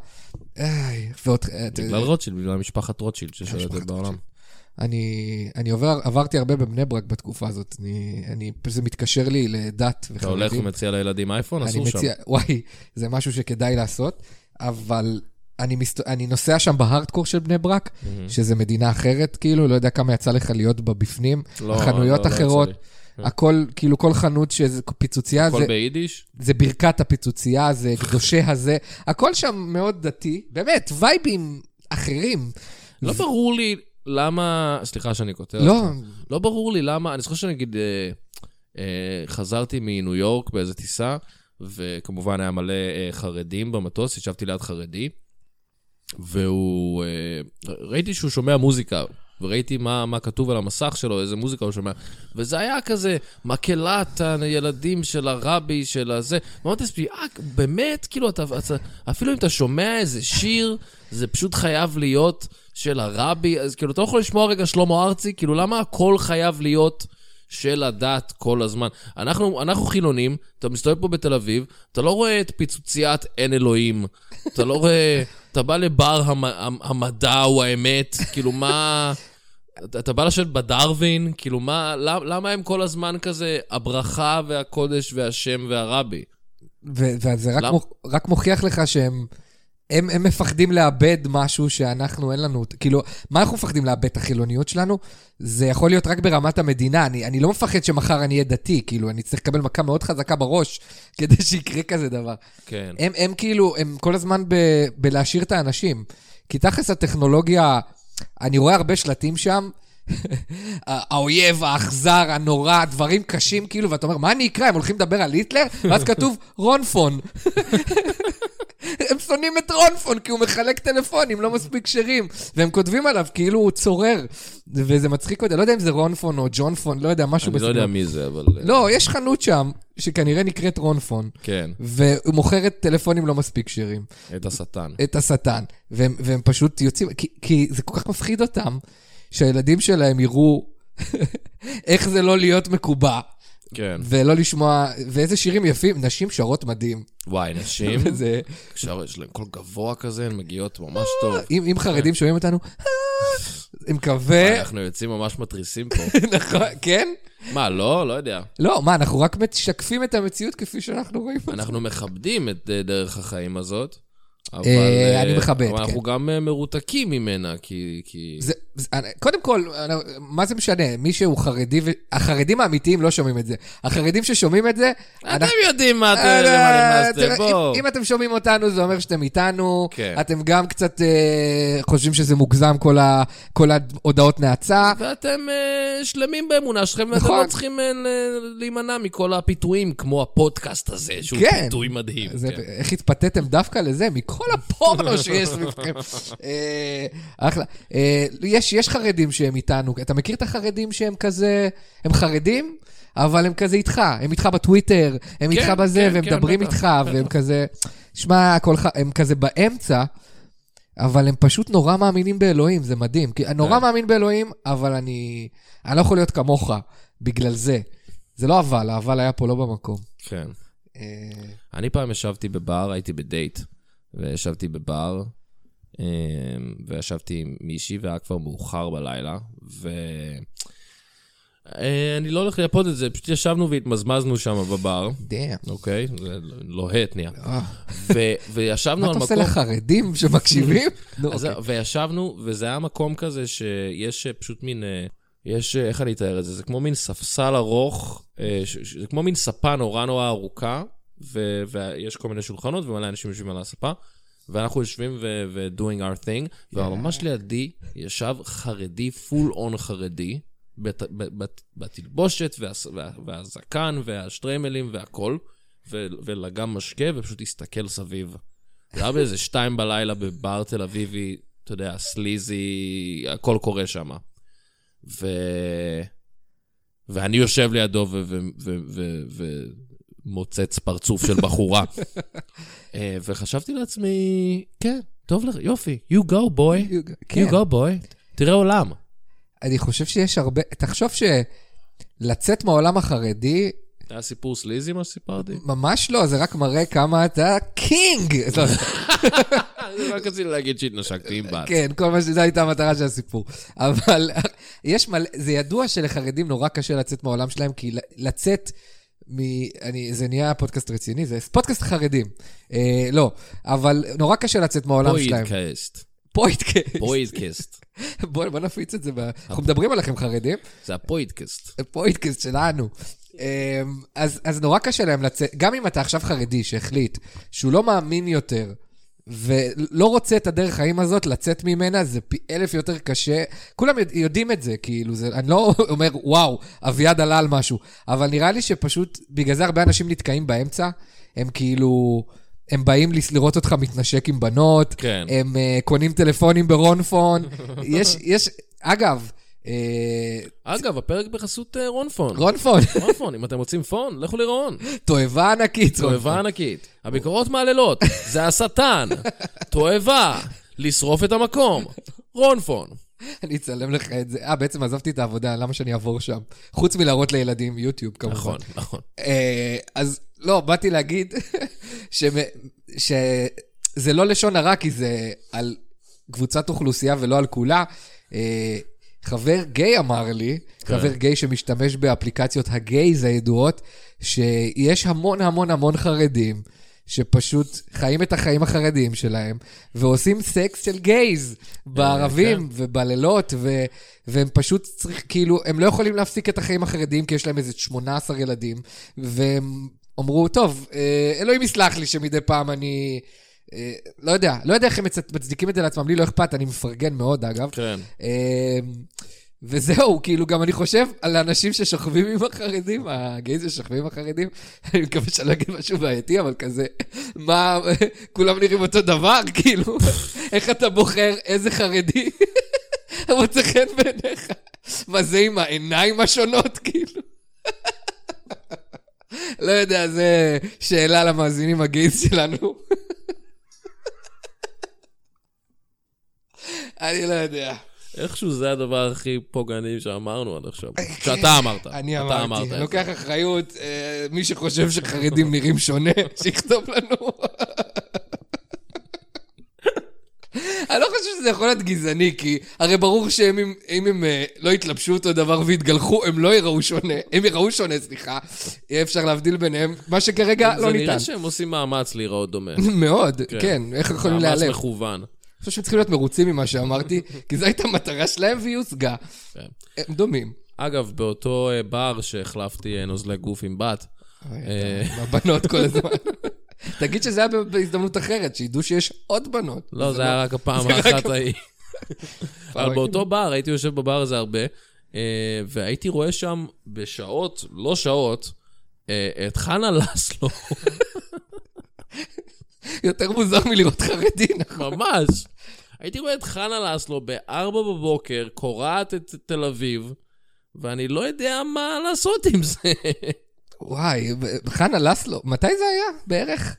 בגלל רוטשילד, בגלל משפחת רוטשילד ששולטת בעולם. אני אני עובר, עברתי הרבה בבני ברק בתקופה הזאת. אני, אני, זה מתקשר לי לדת וחרדים. אתה הולך ומציע לילדים אייפון? אסור שם. וואי, זה משהו שכדאי לעשות, אבל... אני, מסת... אני נוסע שם בהארדקור של בני ברק, mm-hmm. שזה מדינה אחרת, כאילו, לא יודע כמה יצא לך להיות בבפנים, לא, החנויות לא, אחרות, לא הכל, כאילו, כל חנות שזה פיצוצייה, הכל זה... ביידיש? זה ברכת הפיצוצייה, זה קדושי הזה, הכל שם מאוד דתי, באמת, וייבים אחרים. לא ו... ברור לי למה, סליחה שאני כותב, לא. לא ברור לי למה, אני זוכר שאני אגיד, אה, אה, חזרתי מניו יורק באיזו טיסה, וכמובן היה מלא אה, חרדים במטוס, ישבתי ליד חרדי, והוא, ראיתי שהוא שומע מוזיקה, וראיתי מה, מה כתוב על המסך שלו, איזה מוזיקה הוא שומע, וזה היה כזה, מקהלת הילדים של הרבי, של הזה, ואמרתי לעצמי, אה, באמת, כאילו, אתה, אפילו אם אתה שומע איזה שיר, זה פשוט חייב להיות של הרבי, אז כאילו, אתה לא יכול לשמוע רגע שלמה ארצי, כאילו, למה הכל חייב להיות של הדת כל הזמן? אנחנו, אנחנו חילונים, אתה מסתובב פה בתל אביב, אתה לא רואה את פיצוציית אין אלוהים, אתה לא רואה... אתה בא לבר המדע או האמת, כאילו מה... אתה בא לשבת בדרווין, כאילו מה... למה הם כל הזמן כזה הברכה והקודש והשם והרבי? וזה רק מוכיח לך שהם... הם, הם מפחדים לאבד משהו שאנחנו, אין לנו, כאילו, מה אנחנו מפחדים לאבד את החילוניות שלנו? זה יכול להיות רק ברמת המדינה, אני, אני לא מפחד שמחר אני אהיה דתי, כאילו, אני צריך לקבל מכה מאוד חזקה בראש, כדי שיקרה כזה דבר. כן. הם, הם כאילו, הם כל הזמן ב, בלהשאיר את האנשים, כי תכלס הטכנולוגיה, אני רואה הרבה שלטים שם, האויב, האכזר, הנורא, דברים קשים, כאילו, ואתה אומר, מה אני אקרא? הם הולכים לדבר על היטלר? ואז כתוב, רונפון. הם שונאים את רונפון, כי הוא מחלק טלפונים, לא מספיק שרים, והם כותבים עליו, כאילו הוא צורר, וזה מצחיק אותי, לא יודע אם זה רונפון או ג'ונפון, לא יודע, משהו בסדר. אני לא יודע מי זה, אבל... לא, יש חנות שם, שכנראה נקראת רונפון. כן. והוא מוכרת טלפונים לא מספיק שרים. את השטן. את השטן. והם, והם פשוט יוצאים, כי, כי זה כל כך מפחיד אותם, שהילדים שלהם יראו איך זה לא להיות מקובע. כן. ולא לשמוע, ואיזה שירים יפים, נשים שרות מדהים. וואי, נשים, וזה... שר, יש להם קול גבוה כזה, הן מגיעות ממש טוב. אם, אם חרדים שומעים אותנו, אני מקווה... אנחנו יוצאים ממש מטריסים פה. נכון, כן? מה, לא? לא יודע. לא, מה, אנחנו רק משקפים את המציאות כפי שאנחנו רואים אותה. אנחנו מכבדים את דרך החיים הזאת. אבל, אני מכבד, אבל כן. אנחנו גם מרותקים ממנה, כי... כי... זה, זה, קודם כל, מה זה משנה? מי שהוא חרדי, החרדים האמיתיים לא שומעים את זה. החרדים ששומעים את זה... אתם אנחנו... יודעים מה אתם נמאסתם, בואו. אם, אם אתם שומעים אותנו, זה אומר שאתם איתנו. כן. אתם גם קצת אה, חושבים שזה מוגזם, כל, ה, כל ההודעות נאצה. ואתם אה, שלמים באמונה שלכם, נכון. ואתם לא צריכים אה, להימנע מכל הפיתויים, כמו הפודקאסט הזה, שהוא כן. פיתוי מדהים. זה, כן. איך התפתתם דווקא לזה? מכל הפורנו שיש סביבכם. אחלה. יש, יש חרדים שהם איתנו. אתה מכיר את החרדים שהם כזה, הם חרדים, אבל הם כזה איתך. הם איתך בטוויטר, הם איתך בזה, והם מדברים איתך, והם כזה, שמע, הם כזה באמצע, אבל הם פשוט נורא מאמינים באלוהים, זה מדהים. כי אני נורא מאמין באלוהים, אבל אני, אני לא יכול להיות כמוך בגלל זה. זה לא אבל, אבל היה פה לא במקום. כן. אני פעם ישבתי בבר, הייתי בדייט. וישבתי בבר, וישבתי עם מישהי, והיה כבר מאוחר בלילה, אני לא הולך לייפות את זה, פשוט ישבנו והתמזמזנו שם בבר. דאם. אוקיי? זה לא הט נהיה. וישבנו על מקום... מה אתה עושה לחרדים שמקשיבים? וישבנו, וזה היה מקום כזה שיש פשוט מין... יש, איך אני אתאר את זה? זה כמו מין ספסל ארוך, זה כמו מין ספה נורא נורא ארוכה, ויש כל מיני שולחנות, ומלא אנשים יושבים על הספה, ואנחנו יושבים ו-doing our thing, וממש לידי ישב חרדי, full on חרדי, בתלבושת, והזקן, והשטריימלים, והכל, ולגם משקה, ופשוט הסתכל סביב. זה היה באיזה שתיים בלילה בבר תל אביבי, אתה יודע, סליזי, הכל קורה שם. ו... ואני יושב לידו ו... ו... ו... ו... ומוצץ פרצוף של בחורה. וחשבתי לעצמי, כן, טוב לך, יופי, you go boy, you, you go boy, תראה עולם. אני חושב שיש הרבה, תחשוב שלצאת מהעולם החרדי... זה היה סיפור סליזי מה שסיפרתי? ממש לא, זה רק מראה כמה אתה קינג. זה רק רציתי להגיד שהתנשקתי עם בת. כן, כל מה שזה הייתה המטרה של הסיפור. אבל יש מלא, זה ידוע שלחרדים נורא קשה לצאת מהעולם שלהם, כי לצאת... מ... אני, זה נהיה פודקאסט רציני, זה פודקאסט חרדים. אה, לא, אבל נורא קשה לצאת מהעולם שלהם. פוידקאסט. פוידקאסט. פוידקאסט. בוא, בוא נפיץ את זה. ב... אנחנו מדברים עליכם חרדים. זה הפוידקאסט. הפוידקאסט שלנו. אה, אז, אז נורא קשה להם לצאת, גם אם אתה עכשיו חרדי שהחליט שהוא לא מאמין יותר, ולא רוצה את הדרך חיים הזאת, לצאת ממנה, זה פי אלף יותר קשה. כולם יודעים את זה, כאילו, זה, אני לא אומר, וואו, אביעד עלה על משהו, אבל נראה לי שפשוט, בגלל זה הרבה אנשים נתקעים באמצע, הם כאילו, הם באים לראות אותך מתנשק עם בנות, כן. הם uh, קונים טלפונים ברונפון, יש, יש, אגב, אגב, הפרק בחסות רונפון. רונפון. רונפון, אם אתם רוצים פון, לכו לרון. תועבה ענקית. תועבה ענקית. הביקורות מעללות, זה השטן. תועבה, לשרוף את המקום. רונפון. אני אצלם לך את זה. אה, בעצם עזבתי את העבודה, למה שאני אעבור שם? חוץ מלהראות לילדים, יוטיוב כמובן. נכון, נכון. אז לא, באתי להגיד שזה לא לשון הרע, כי זה על קבוצת אוכלוסייה ולא על כולה. חבר גיי אמר לי, חבר גיי שמשתמש באפליקציות הגייז הידועות, שיש המון המון המון חרדים, שפשוט חיים את החיים החרדיים שלהם, ועושים סקס של גייז, בערבים ובלילות, והם פשוט צריך, כאילו, הם לא יכולים להפסיק את החיים החרדיים, כי יש להם איזה שמונה עשר ילדים, והם אמרו, טוב, אלוהים יסלח לי שמדי פעם אני... לא יודע, לא יודע איך הם מצדיקים את זה לעצמם, לי לא אכפת, אני מפרגן מאוד אגב. כן. וזהו, כאילו גם אני חושב על האנשים ששוכבים עם החרדים, הגייז ששוכבים עם החרדים, אני מקווה שאני לא אגיד משהו בעייתי, אבל כזה, מה, כולם נראים אותו דבר, כאילו, איך אתה בוחר איזה חרדי מוצא חן בעיניך? מה זה עם העיניים השונות, כאילו? לא יודע, זה שאלה למאזינים הגייז שלנו. אני לא יודע. איכשהו זה הדבר הכי פוגעני שאמרנו עד עכשיו. שאתה אמרת. אני אמרתי. אני לוקח אחריות, מי שחושב שחרדים נראים שונה, שיכתוב לנו. אני לא חושב שזה יכול להיות גזעני, כי הרי ברור שאם הם לא יתלבשו אותו דבר והתגלחו, הם לא יראו שונה. הם יראו שונה, סליחה. יהיה אפשר להבדיל ביניהם, מה שכרגע לא ניתן. זה נראה שהם עושים מאמץ להיראות דומה. מאוד, כן. איך יכולים להיעלם? מאמץ מכוון. אני חושב שהם צריכים להיות מרוצים ממה שאמרתי, כי זו הייתה המטרה שלהם והיא הושגה. הם דומים. אגב, באותו בר שהחלפתי נוזלי גוף עם בת. הבנות כל הזמן. תגיד שזה היה בהזדמנות אחרת, שידעו שיש עוד בנות. לא, זה היה רק הפעם האחת ההיא. אבל באותו בר, הייתי יושב בבר הזה הרבה, והייתי רואה שם בשעות, לא שעות, את חנה לסלו. יותר מוזר מלראות חרדי, נכון? ממש. הייתי רואה את חנה לסלו בארבע בבוקר, קוראת את תל אביב, ואני לא יודע מה לעשות עם זה. וואי, חנה לסלו, מתי זה היה? בערך?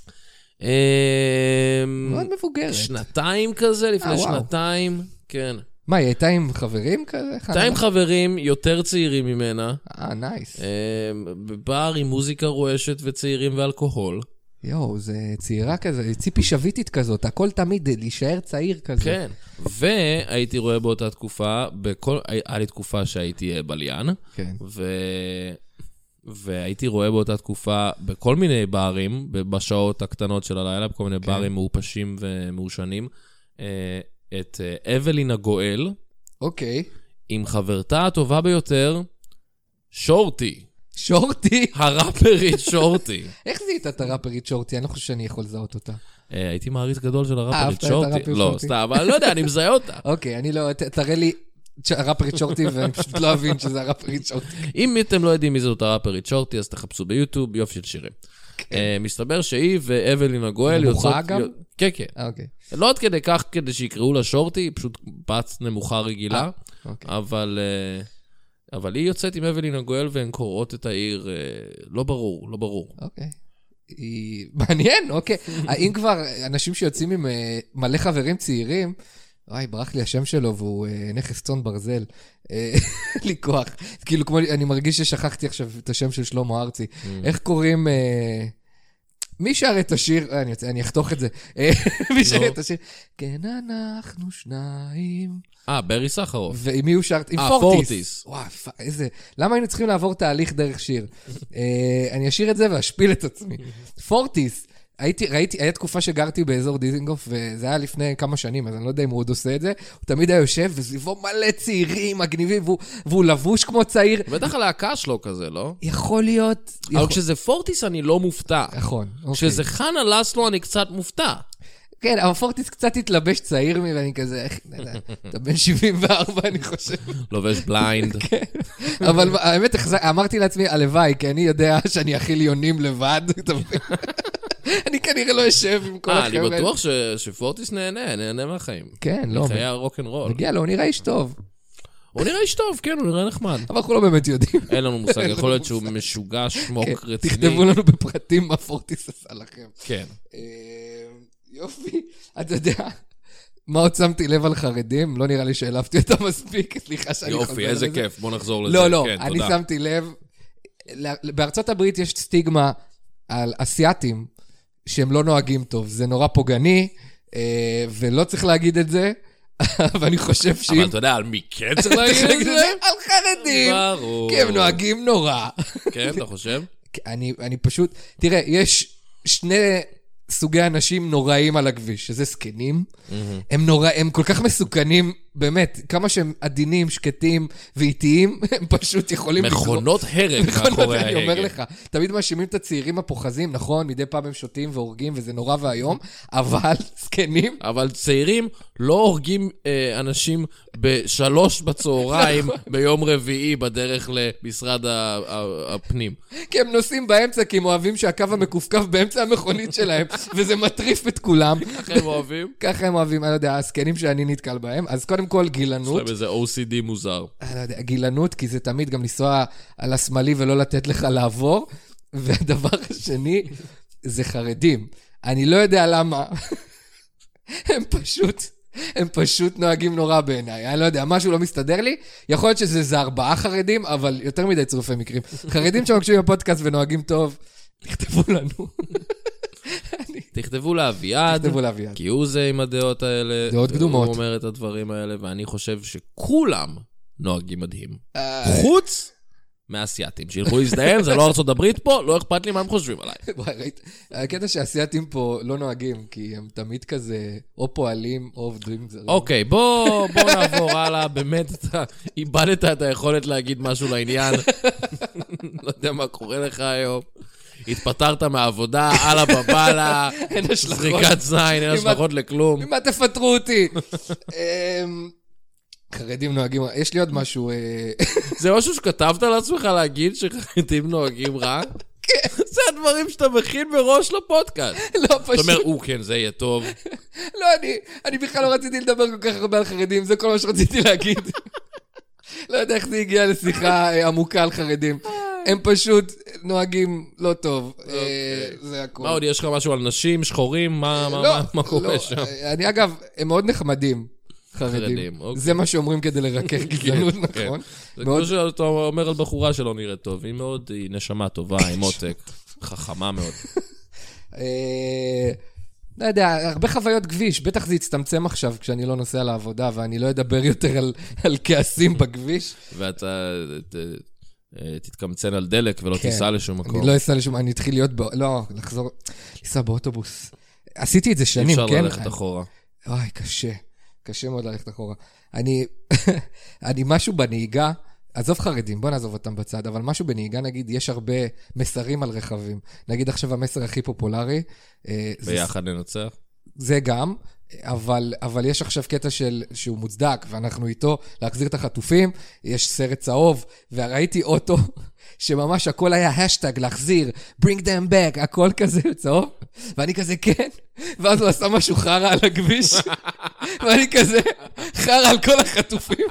מאוד מבוגרת. שנתיים כזה, לפני שנתיים, כן. מה, היא הייתה עם חברים כזה? הייתה עם חברים יותר צעירים ממנה. אה, נייס. בבר עם מוזיקה רועשת וצעירים ואלכוהול. יואו, זה צעירה כזה, ציפי שביטית כזאת, הכל תמיד להישאר צעיר כזה. כן, והייתי רואה באותה תקופה, בכל, היה לי תקופה שהייתי בליין, כן. ו... והייתי רואה באותה תקופה בכל מיני ברים, בשעות הקטנות של הלילה, בכל מיני כן. ברים מאופשים ומאושנים, את אבלינה גואל, אוקיי. עם חברתה הטובה ביותר, שורטי. שורטי? הראפרית שורטי. איך זיהית את הראפרית שורטי? אני לא חושב שאני יכול לזהות אותה. הייתי מעריץ גדול של הראפרית אהבת את שורטי. הראפרית לא, שורטי? סתם, אבל אני לא יודע, אני מזהה אותה. אוקיי, אני לא, ת- תראה לי הראפרית שורטי ואני פשוט לא אבין שזה הראפרית שורטי. אם אתם לא יודעים מי זאת הראפרית שורטי, אז תחפשו ביוטיוב, יופי של שירים. אה, מסתבר שהיא ואבלינה גואל נמוכה יוצאות... גם? כן, כן. אה, אוקיי. לא עד כדי כך כדי שיקראו לה שורטי, היא פשוט בת נמוכה רגילה, אוקיי. אבל... אה, אבל היא יוצאת עם אבלינה גואל והן קוראות את העיר, אה, לא ברור, לא ברור. אוקיי. היא... מעניין, אוקיי. האם כבר אנשים שיוצאים עם אה, מלא חברים צעירים, וואי, ברח לי השם שלו, והוא אה, נכס צאן ברזל. אה, לי כוח. כאילו, כמו, אני מרגיש ששכחתי עכשיו את השם של שלמה ארצי. איך קוראים... אה, מי שר את השיר? אה, אני, יוצא, אני אחתוך את זה. אה, מי שר את השיר? כן, אנחנו שניים. אה, ברי סחרוף. ועם מי הוא שר? עם אה, פורטיס. פורטיס. וואו, פ- איזה... למה היינו צריכים לעבור תהליך דרך שיר? אה, אני אשאיר את זה ואשפיל את עצמי. פורטיס. הייתי, ראיתי, היה תקופה שגרתי באזור דיזינגוף, וזה היה לפני כמה שנים, אז אני לא יודע אם הוא עוד עושה את זה. הוא תמיד היה יושב, וסביבו מלא צעירים, מגניבים, והוא, והוא לבוש כמו צעיר. בטח הלהקה שלו כזה, לא? יכול להיות... אבל יכול... כשזה פורטיס אני לא מופתע. נכון, אוקיי. כשזה חנה לסלו אני קצת מופתע. כן, אבל פורטיס קצת התלבש צעיר ממני, ואני כזה, איך, לא יודע, אתה בן שבעים וארבע, אני חושב. לובש בליינד. אבל האמת, אמרתי לעצמי, הלוואי, כי אני יודע שאני אכיל יונים לבד, אתה מבין? אני כנראה לא אשב עם כל אה, אני החבר'ה. בטוח ש- שפורטיס נהנה, נהנה מהחיים. כן, לא. מחיי הרוק'נ'רול. מגיע לו, הוא נראה איש טוב. הוא נראה איש טוב, כן, הוא נראה נחמד. אבל אנחנו לא באמת יודעים. אין לנו מושג, יכול להיות שהוא משוגע, שמוק, כן, רציני. תכתבו לנו בפרטים מה פורטיס עשה לכם. כן. אה, יופי, אתה יודע, מה עוד שמתי לב על חרדים? לא נראה לי שהעלבתי אותם מספיק, סליחה שאני חוזר לזה. יופי, איזה כיף, בוא נחזור לזה. לא, לא, כן, אני תודה. שמתי לב, בארצות הברית יש סטיגמה על אסיאטים שהם לא נוהגים טוב, זה נורא פוגעני, אה, ולא צריך להגיד את זה, אבל אני חושב שאם... אבל אתה יודע, על מי כן צריך להגיד את זה? על חרדים, ברור. כי הם נוהגים נורא. כן, אתה חושב? אני, אני פשוט, תראה, יש שני סוגי אנשים נוראים על הכביש, שזה סקנים. הם נורא, הם כל כך מסוכנים, באמת, כמה שהם עדינים, שקטים ואיטיים, הם פשוט יכולים... מכונות הרג מאחורי ההגה. אני אומר לך, תמיד מאשימים את הצעירים הפוחזים, נכון? מדי פעם הם שותים והורגים, וזה נורא והיום, אבל סקנים... אבל צעירים לא הורגים אה, אנשים בשלוש בצהריים ביום רביעי בדרך למשרד ה- ה- הפנים. כי הם נוסעים באמצע, כי הם אוהבים שהקו המקופקף באמצע המכונית שלהם, וזה מטריף את כולם. ככה הם אוהבים? ככה הם אוהבים, אני לא יודע, הסקנים שאני נתקל בהם. אז קודם כל, יש גילנות. להם איזה או סי די מוזר. אני לא יודע, גילנות, כי זה תמיד גם לנסוע על השמאלי ולא לתת לך לעבור. והדבר השני, זה חרדים. אני לא יודע למה. הם פשוט... הם פשוט נוהגים נורא בעיניי. אני לא יודע, משהו לא מסתדר לי. יכול להיות שזה זה ארבעה חרדים, אבל יותר מדי צירופי מקרים. חרדים שמקשיבים בפודקאסט ונוהגים טוב, תכתבו לנו. תכתבו לאביעד, תכתבו לאביעד. כי הוא זה עם הדעות האלה. דעות קדומות. הוא אומר את הדברים האלה, ואני חושב שכולם נוהגים מדהים. אה, חוץ מהאסייתים. שילכו להזדהן, זה לא ארצות הברית פה, לא אכפת לי מה הם חושבים עליי. וואי, ראית? הקטע שהאסייתים פה לא נוהגים, כי הם תמיד כזה או פועלים או עובדים זרים. אוקיי, בוא בוא נעבור הלאה. באמת, אתה איבדת את היכולת להגיד משהו לעניין. לא יודע מה קורה לך היום. התפטרת מהעבודה, הלאה בבאללה, אין השלכות. זריקת זין, אין אם השלכות לכלום. ממה תפטרו אותי? אמ, חרדים נוהגים, יש לי עוד משהו... אה, זה משהו שכתבת לעצמך להגיד שחרדים נוהגים רע? כן. זה הדברים שאתה מכין מראש לפודקאסט. לא, אתה פשוט... אומר, או, כן, זה יהיה טוב. לא, אני, אני בכלל לא רציתי לדבר כל כך הרבה על חרדים, זה כל מה שרציתי להגיד. לא יודע איך זה הגיע לשיחה אה, עמוקה על חרדים. הם פשוט נוהגים לא טוב. אה, זה הכל. מה עוד, יש לך משהו על נשים, שחורים? מה מה- לא, מה- מה קורה לא. שם? אני אגב, הם מאוד נחמדים, חרדים. חרדים, אוקיי. זה מה שאומרים כדי לרכך גזענות, כן. נכון? זה מאוד- כמו שאתה אומר על בחורה שלא נראית טוב. היא מאוד, היא נשמה טובה, היא מותק, חכמה מאוד. לא יודע, הרבה חוויות כביש, בטח זה יצטמצם עכשיו כשאני לא נוסע לעבודה, ואני לא אדבר יותר על, על כעסים בכביש. ואתה ת, תתקמצן על דלק ולא כן, תיסע לשום מקום. אני לא אסע לשום, אני אתחיל להיות, בא... לא, לחזור, לנסוע באוטובוס. עשיתי את זה שנים, כן? אי אפשר ללכת אחורה. אוי, קשה, קשה מאוד ללכת אחורה. אני, אני משהו בנהיגה, עזוב חרדים, בוא נעזוב אותם בצד, אבל משהו בנהיגה, נגיד, יש הרבה מסרים על רכבים. נגיד עכשיו המסר הכי פופולרי. ביחד ננצח. זה גם, אבל, אבל יש עכשיו קטע של, שהוא מוצדק, ואנחנו איתו להחזיר את החטופים, יש סרט צהוב, וראיתי אוטו שממש הכל היה השטג, להחזיר, bring them back, הכל כזה צהוב, ואני כזה כן, ואז הוא עשה משהו חרה על הכביש, ואני כזה חרה על כל החטופים.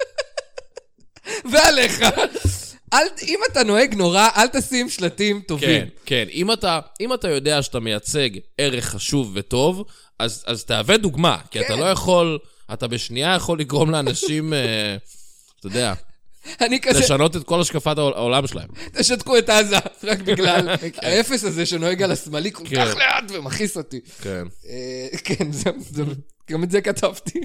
ועליך, אל, אם אתה נוהג נורא, אל תשים שלטים טובים. כן, כן. אם אתה, אם אתה יודע שאתה מייצג ערך חשוב וטוב, אז, אז תהווה דוגמה, כי כן. אתה לא יכול, אתה בשנייה יכול לגרום לאנשים, אה, אתה יודע, אני כזה... לשנות את כל השקפת העולם שלהם. תשתקו את עזה, רק בגלל האפס הזה שנוהג על השמאלי כל כך לאט ומכיס אותי. כן. כן, גם את זה כתבתי.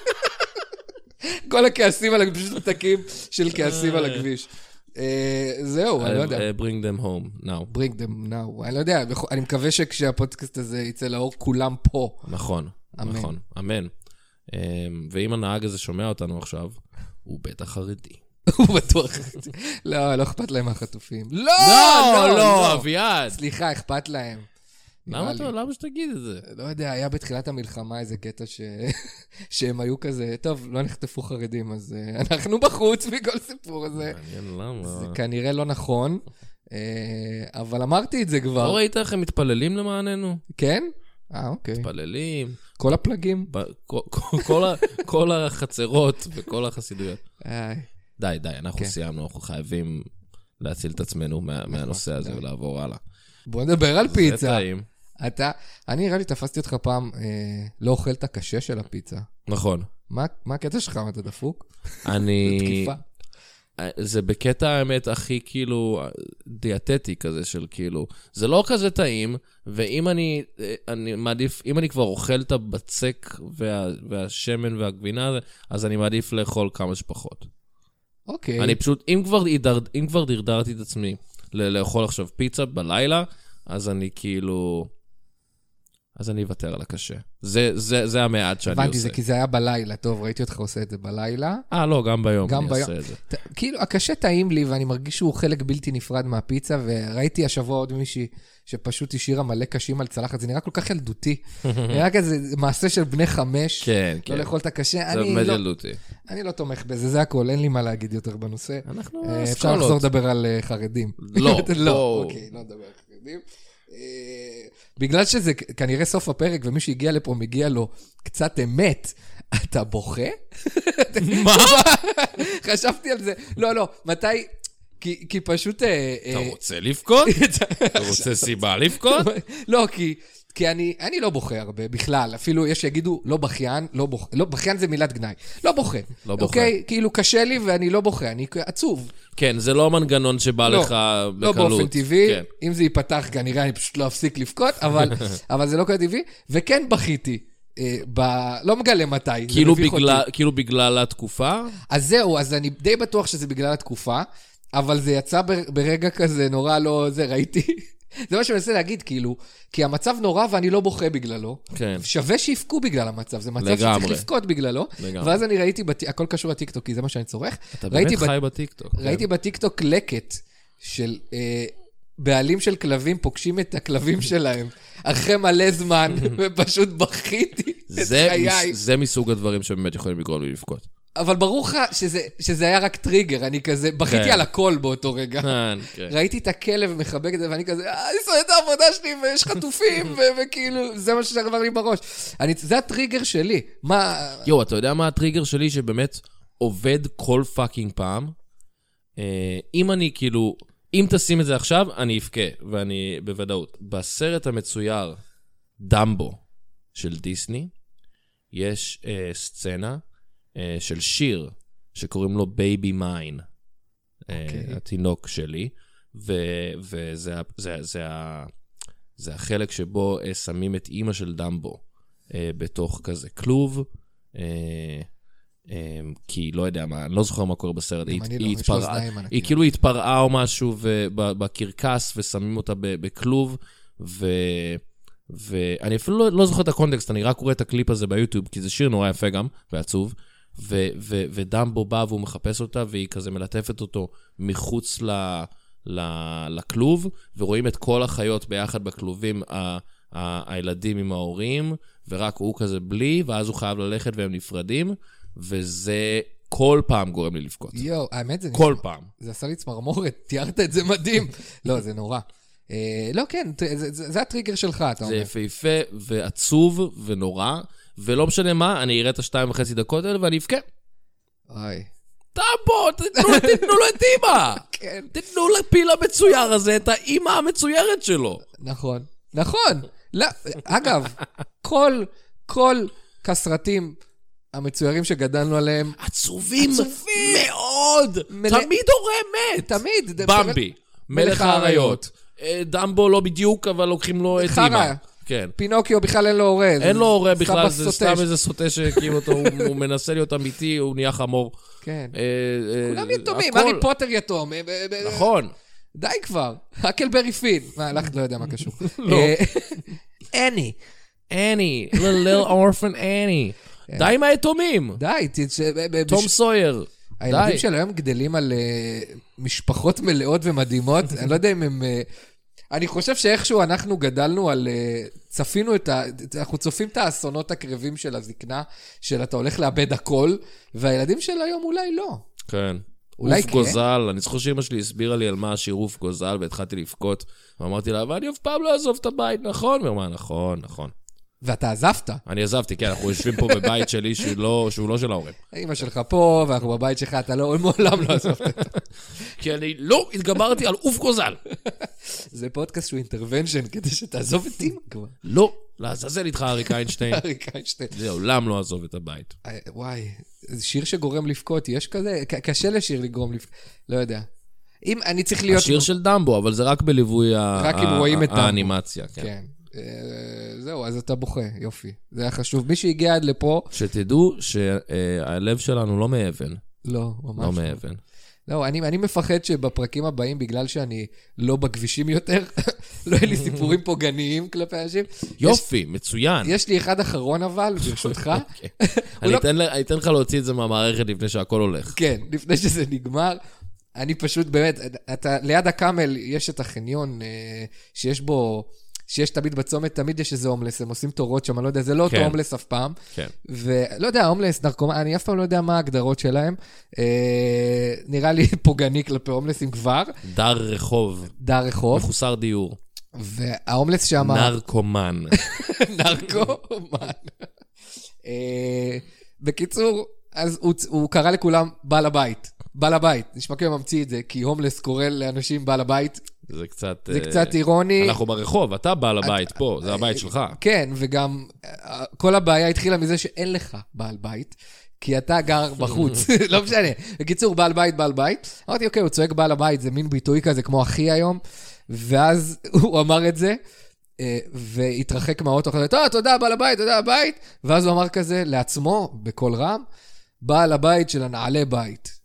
כל הכעסים על הכביש, פשוט עתקים של כעסים על הכביש. זהו, אני לא יודע. bring them home now. bring them now. אני לא יודע, אני מקווה שכשהפודקאסט הזה יצא לאור, כולם פה. נכון, נכון, אמן. ואם הנהג הזה שומע אותנו עכשיו, הוא בטח חרדי. הוא בטוח חרדי. לא, לא אכפת להם מהחטופים. לא, לא, לא, אביעד. סליחה, אכפת להם. למה שתגיד את זה? לא יודע, היה בתחילת המלחמה איזה קטע שהם היו כזה, טוב, לא נחטפו חרדים, אז אנחנו בחוץ מכל סיפור הזה. מעניין למה. זה כנראה לא נכון, אבל אמרתי את זה כבר. לא ראית איך הם מתפללים למעננו? כן? אה, אוקיי. מתפללים. כל הפלגים? כל החצרות וכל החסידויות. די, די, אנחנו סיימנו, אנחנו חייבים להציל את עצמנו מהנושא הזה ולעבור הלאה. בוא נדבר על פיצה. זה טעים. אתה, אני נראה לי תפסתי אותך פעם, אה, לא אוכל את הקשה של הפיצה. נכון. מה, מה הקטע שלך? אתה דפוק? אני... זה תקיפה. זה בקטע האמת הכי כאילו דיאטטי כזה של כאילו, זה לא כזה טעים, ואם אני, אני מעדיף, אם אני כבר אוכל את הבצק וה, והשמן והגבינה, אז אני מעדיף לאכול כמה שפחות. אוקיי. אני פשוט, אם כבר, אם כבר דרדרתי את עצמי לאכול עכשיו פיצה בלילה, אז אני כאילו... אז אני אוותר על הקשה. זה, זה, זה המעט שאני הבנתי, עושה. זה כי זה היה בלילה. טוב, ראיתי אותך עושה את זה בלילה. אה, לא, גם ביום גם אני ביום. אעשה את זה. ת, כאילו, הקשה טעים לי, ואני מרגיש שהוא חלק בלתי נפרד מהפיצה, וראיתי השבוע עוד מישהי שפשוט השאירה מלא קשים על צלחת. זה נראה כל כך ילדותי. נראה כזה מעשה של בני חמש. כן, כן. לא לאכול את הקשה. זה באמת ילדותי. אני לא תומך בזה, זה הכל. אין לי מה להגיד יותר בנושא. אנחנו אפשר לחזור לדבר על חרדים. לא. לא, אוקיי, לא נדבר על חרדים. בגלל שזה כנראה סוף הפרק, ומי שהגיע לפה מגיע לו קצת אמת, אתה בוכה? מה? חשבתי על זה. לא, לא, מתי... כי, כי פשוט... אתה רוצה לבכות? אתה רוצה סיבה לבכות? לא, כי... כי אני, אני לא בוכה הרבה, בכלל. אפילו יש שיגידו, לא בכיין, לא בוכה. לא, בכיין זה מילת גנאי. לא בוכה. לא בוכה. אוקיי? כאילו קשה לי ואני לא בוכה, אני עצוב. כן, זה לא מנגנון שבא לא, לך בקלות. לא באופן טבעי. כן. אם זה ייפתח, כנראה אני פשוט לא אפסיק לבכות, אבל, אבל זה לא כזה טבעי. וכן בכיתי. אה, ב... לא מגלה מתי. כאילו בגלל, כאילו בגלל התקופה? אז זהו, אז אני די בטוח שזה בגלל התקופה, אבל זה יצא ברגע כזה נורא לא... זה ראיתי... זה מה שאני מנסה להגיד, כאילו, כי המצב נורא ואני לא בוכה בגללו. כן. שווה שיפקו בגלל המצב, זה מצב לגמרי. שצריך לפקות בגללו. לגמרי. ואז אני ראיתי, בת... הכל קשור לטיקטוק, כי זה מה שאני צורך. אתה באמת חי בת... בטיקטוק. ראיתי כן. בטיקטוק לקט של אה, בעלים של כלבים, פוגשים את הכלבים שלהם, אחרי מלא זמן, ופשוט בכיתי את חיי. זה מסוג הדברים שבאמת יכולים לגרום לי לבכות. אבל ברור לך שזה, שזה היה רק טריגר, אני כזה, בכיתי על הכל באותו רגע. ראיתי את הכלב ומחבק את זה, ואני כזה, אני שונא את העבודה שלי, ויש חטופים, וכאילו, זה מה שעבר לי בראש. אני, זה הטריגר שלי. מה... יו, אתה יודע מה הטריגר שלי שבאמת עובד כל פאקינג פעם? אם אני כאילו, אם תשים את זה עכשיו, אני אבכה, ואני בוודאות. בסרט המצויר, דמבו, של דיסני, יש סצנה, של שיר, שקוראים לו בייבי מיין, התינוק שלי, וזה זה החלק שבו uh, שמים את אימא של דמבו uh, בתוך כזה כלוב, uh, um, כי לא יודע מה, אני לא זוכר מה קורה בסרט, היא, היא, לא, התפרעה, היא כאילו התפרעה או משהו בקרקס, ושמים אותה בכלוב, ו... ואני אפילו לא, לא זוכר את הקונטקסט, אני רק קורא את הקליפ הזה ביוטיוב, כי זה שיר נורא יפה גם, ועצוב, ו, ו, ודמבו בא והוא מחפש אותה, והיא כזה מלטפת אותו מחוץ ל, ל, לכלוב, ורואים את כל החיות ביחד בכלובים, ה, ה, הילדים עם ההורים, ורק הוא כזה בלי, ואז הוא חייב ללכת והם נפרדים, וזה כל פעם גורם לי לבכות. יו, האמת זה כל נשמע, פעם. זה עשה לי צמרמורת, תיארת את זה מדהים. לא, זה נורא. אה, לא, כן, זה, זה, זה הטריגר שלך, אתה אומר. זה יפהפה ועצוב ונורא, ולא משנה מה, אני אראה את השתיים וחצי דקות האלה ואני אבכה. אוי. טאבו, תתנו, תתנו לו את אימא. כן. תתנו לפיל המצויר הזה את האימא המצוירת שלו. נכון, נכון. לא, אגב, כל, כל כסרטים המצוירים שגדלנו עליהם, עצובים, עצובים. מאוד. מלא... תמיד הורה מת. תמיד. במבי, מלך האריות. דמבו לא בדיוק, אבל לוקחים לו את אימא. כן. פינוקיו בכלל אין לו הורה. אין לו הורה בכלל, זה סתם איזה סוטה שהקים אותו, הוא מנסה להיות אמיתי, הוא נהיה חמור. כן. כולם יתומים, הכל. הארי פוטר יתום. נכון. די כבר. הקלברי פין. מה, הלכת לא יודע מה קשור. לא. אני. אני, little orphan אני. די עם היתומים. די. תום סויר. הילדים של היום גדלים על משפחות מלאות ומדהימות. אני לא יודע אם הם... אני חושב שאיכשהו אנחנו גדלנו על... צפינו את ה... אנחנו צופים את האסונות הקרבים של הזקנה, של אתה הולך לאבד הכל, והילדים של היום אולי לא. כן. אולי אוף כן. גוזל, אני זוכר שאמא שלי הסבירה לי על מה השיר אוף גוזל, והתחלתי לבכות, ואמרתי לה, ואני אף פעם לא אעזוב את הבית, נכון? והיא אמרה, נכון, נכון. ואתה עזבת. אני עזבתי, כן, אנחנו יושבים פה בבית שלי שהוא לא, שהוא לא של ההורים. אמא שלך פה, ואנחנו בבית שלך, אתה לא, מעולם לא עזבת. כי אני לא התגברתי על אוף גוזל. זה פודקאסט שהוא אינטרוונשן, כדי שתעזוב את אמא כבר. לא, לעזאזל איתך אריק איינשטיין. אריק איינשטיין. זה עולם לא עזוב את הבית. וואי, זה שיר שגורם לבכות, יש כזה, קשה לשיר לגרום לבכות, לא יודע. אם אני צריך להיות... השיר של דמבו, אבל זה רק בליווי האנימציה. כן. זהו, אז אתה בוכה, יופי. זה היה חשוב. מי שהגיע עד לפה... שתדעו שהלב שלנו לא מאבן. לא, ממש. לא מאבן. לא, אני, אני מפחד שבפרקים הבאים, בגלל שאני לא בכבישים יותר, לא יהיה לי סיפורים פוגעניים כלפי אנשים. יופי, יש, מצוין. יש לי אחד אחרון אבל, ברשותך. אני לא... אתן, אתן לך להוציא את זה מהמערכת לפני שהכל הולך. כן, לפני שזה נגמר. אני פשוט באמת, אתה, ליד הקאמל יש את החניון שיש בו... שיש תמיד בצומת, תמיד יש איזה הומלס, הם עושים תורות שם, אני לא יודע, זה לא אותו הומלס אף פעם. כן. ולא יודע, הומלס, נרקומן, אני אף פעם לא יודע מה ההגדרות שלהם. אה, נראה לי פוגעני כלפי הומלסים כבר. דר רחוב. דר רחוב. מחוסר דיור. וההומלס שם... נרקומן. נרקומן. אה, בקיצור, אז הוא, הוא קרא לכולם בעל הבית. בעל הבית. נשמע כאילו ממציא את זה, כי הומלס קורא לאנשים בעל הבית. זה קצת... זה קצת אירוני. אנחנו ברחוב, אתה בעל הבית פה, זה הבית שלך. כן, וגם כל הבעיה התחילה מזה שאין לך בעל בית, כי אתה גר בחוץ, לא משנה. בקיצור, בעל בית, בעל בית. אמרתי, אוקיי, הוא צועק בעל הבית, זה מין ביטוי כזה כמו אחי היום, ואז הוא אמר את זה, והתרחק מהאוטו, טוב, תודה, בעל הבית, תודה, הבית, ואז הוא אמר כזה לעצמו, בקול רם, בעל הבית של הנעלי בית.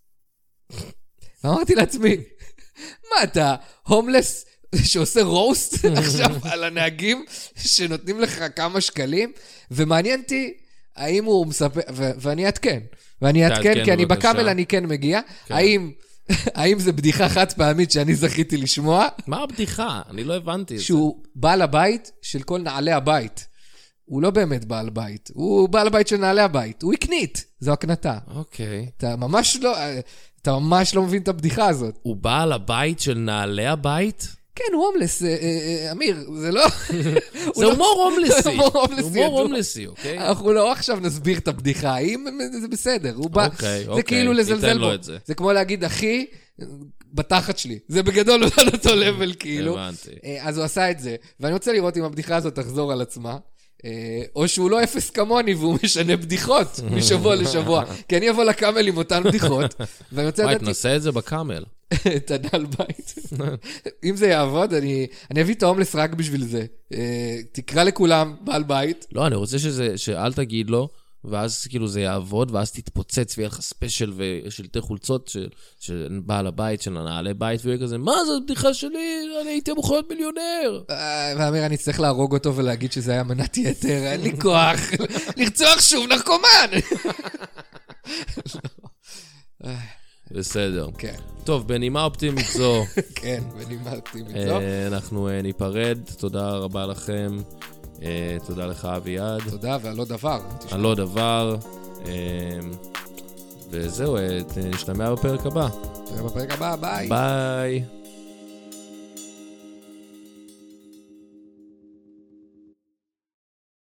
ואמרתי לעצמי, מה אתה, הומלס שעושה רוסט עכשיו על הנהגים שנותנים לך כמה שקלים, ומעניין אותי האם הוא מספר, ו- ואני אתקן, ואני אתקן כי אני בקאמל אני כן מגיע, כן. האם, האם זה בדיחה חד פעמית שאני זכיתי לשמוע? מה הבדיחה? אני לא הבנתי את זה. שהוא בעל הבית של כל נעלי הבית. הוא לא באמת בעל בית, הוא בעל הבית של נעלי הבית, הוא הקנית, זו הקנתה. אוקיי. אתה ממש לא... אתה ממש לא מבין את הבדיחה הזאת. הוא בעל הבית של נעלי הבית? כן, הוא הומלס, אמיר, זה לא... זה הומור הומלסי. זה הומור הומלסי. הומור הומלסי, אוקיי? אנחנו לא עכשיו נסביר את הבדיחה, האם זה בסדר, הוא בא... אוקיי, אוקיי. זה כאילו לזלזל בו. זה כמו להגיד, אחי, בתחת שלי. זה בגדול לא אותו לבל, כאילו. הבנתי. אז הוא עשה את זה, ואני רוצה לראות אם הבדיחה הזאת תחזור על עצמה. או שהוא לא אפס כמוני והוא משנה בדיחות משבוע לשבוע, כי אני אבוא לקאמל עם אותן בדיחות, ואני רוצה וואי, לדעת... תנסה את זה בקאמל. את הנעל בית. אם זה יעבוד, אני, אני אביא את ההומלס רק בשביל זה. תקרא לכולם בעל בית. לא, אני רוצה שזה, שאל תגיד לו, ואז כאילו זה יעבוד, ואז תתפוצץ ויהיה לך ספיישל ושלטי חולצות של, של בעל הבית, של הנעלי בית, ויהיה כזה, מה זה בדיחה שלי? אני הייתי אמור להיות מיליונר. ואמיר, אני צריך להרוג אותו ולהגיד שזה היה מנת יתר, אין לי כוח. לרצוח שוב נרקומן. בסדר. כן. טוב, בנימה אופטימית זו. כן, בנימה אופטימית זו. אנחנו ניפרד, תודה רבה לכם. תודה לך אביעד. תודה, והלא דבר. הלא דבר. וזהו, נשתמע בפרק הבא. בפרק הבא, ביי. ביי.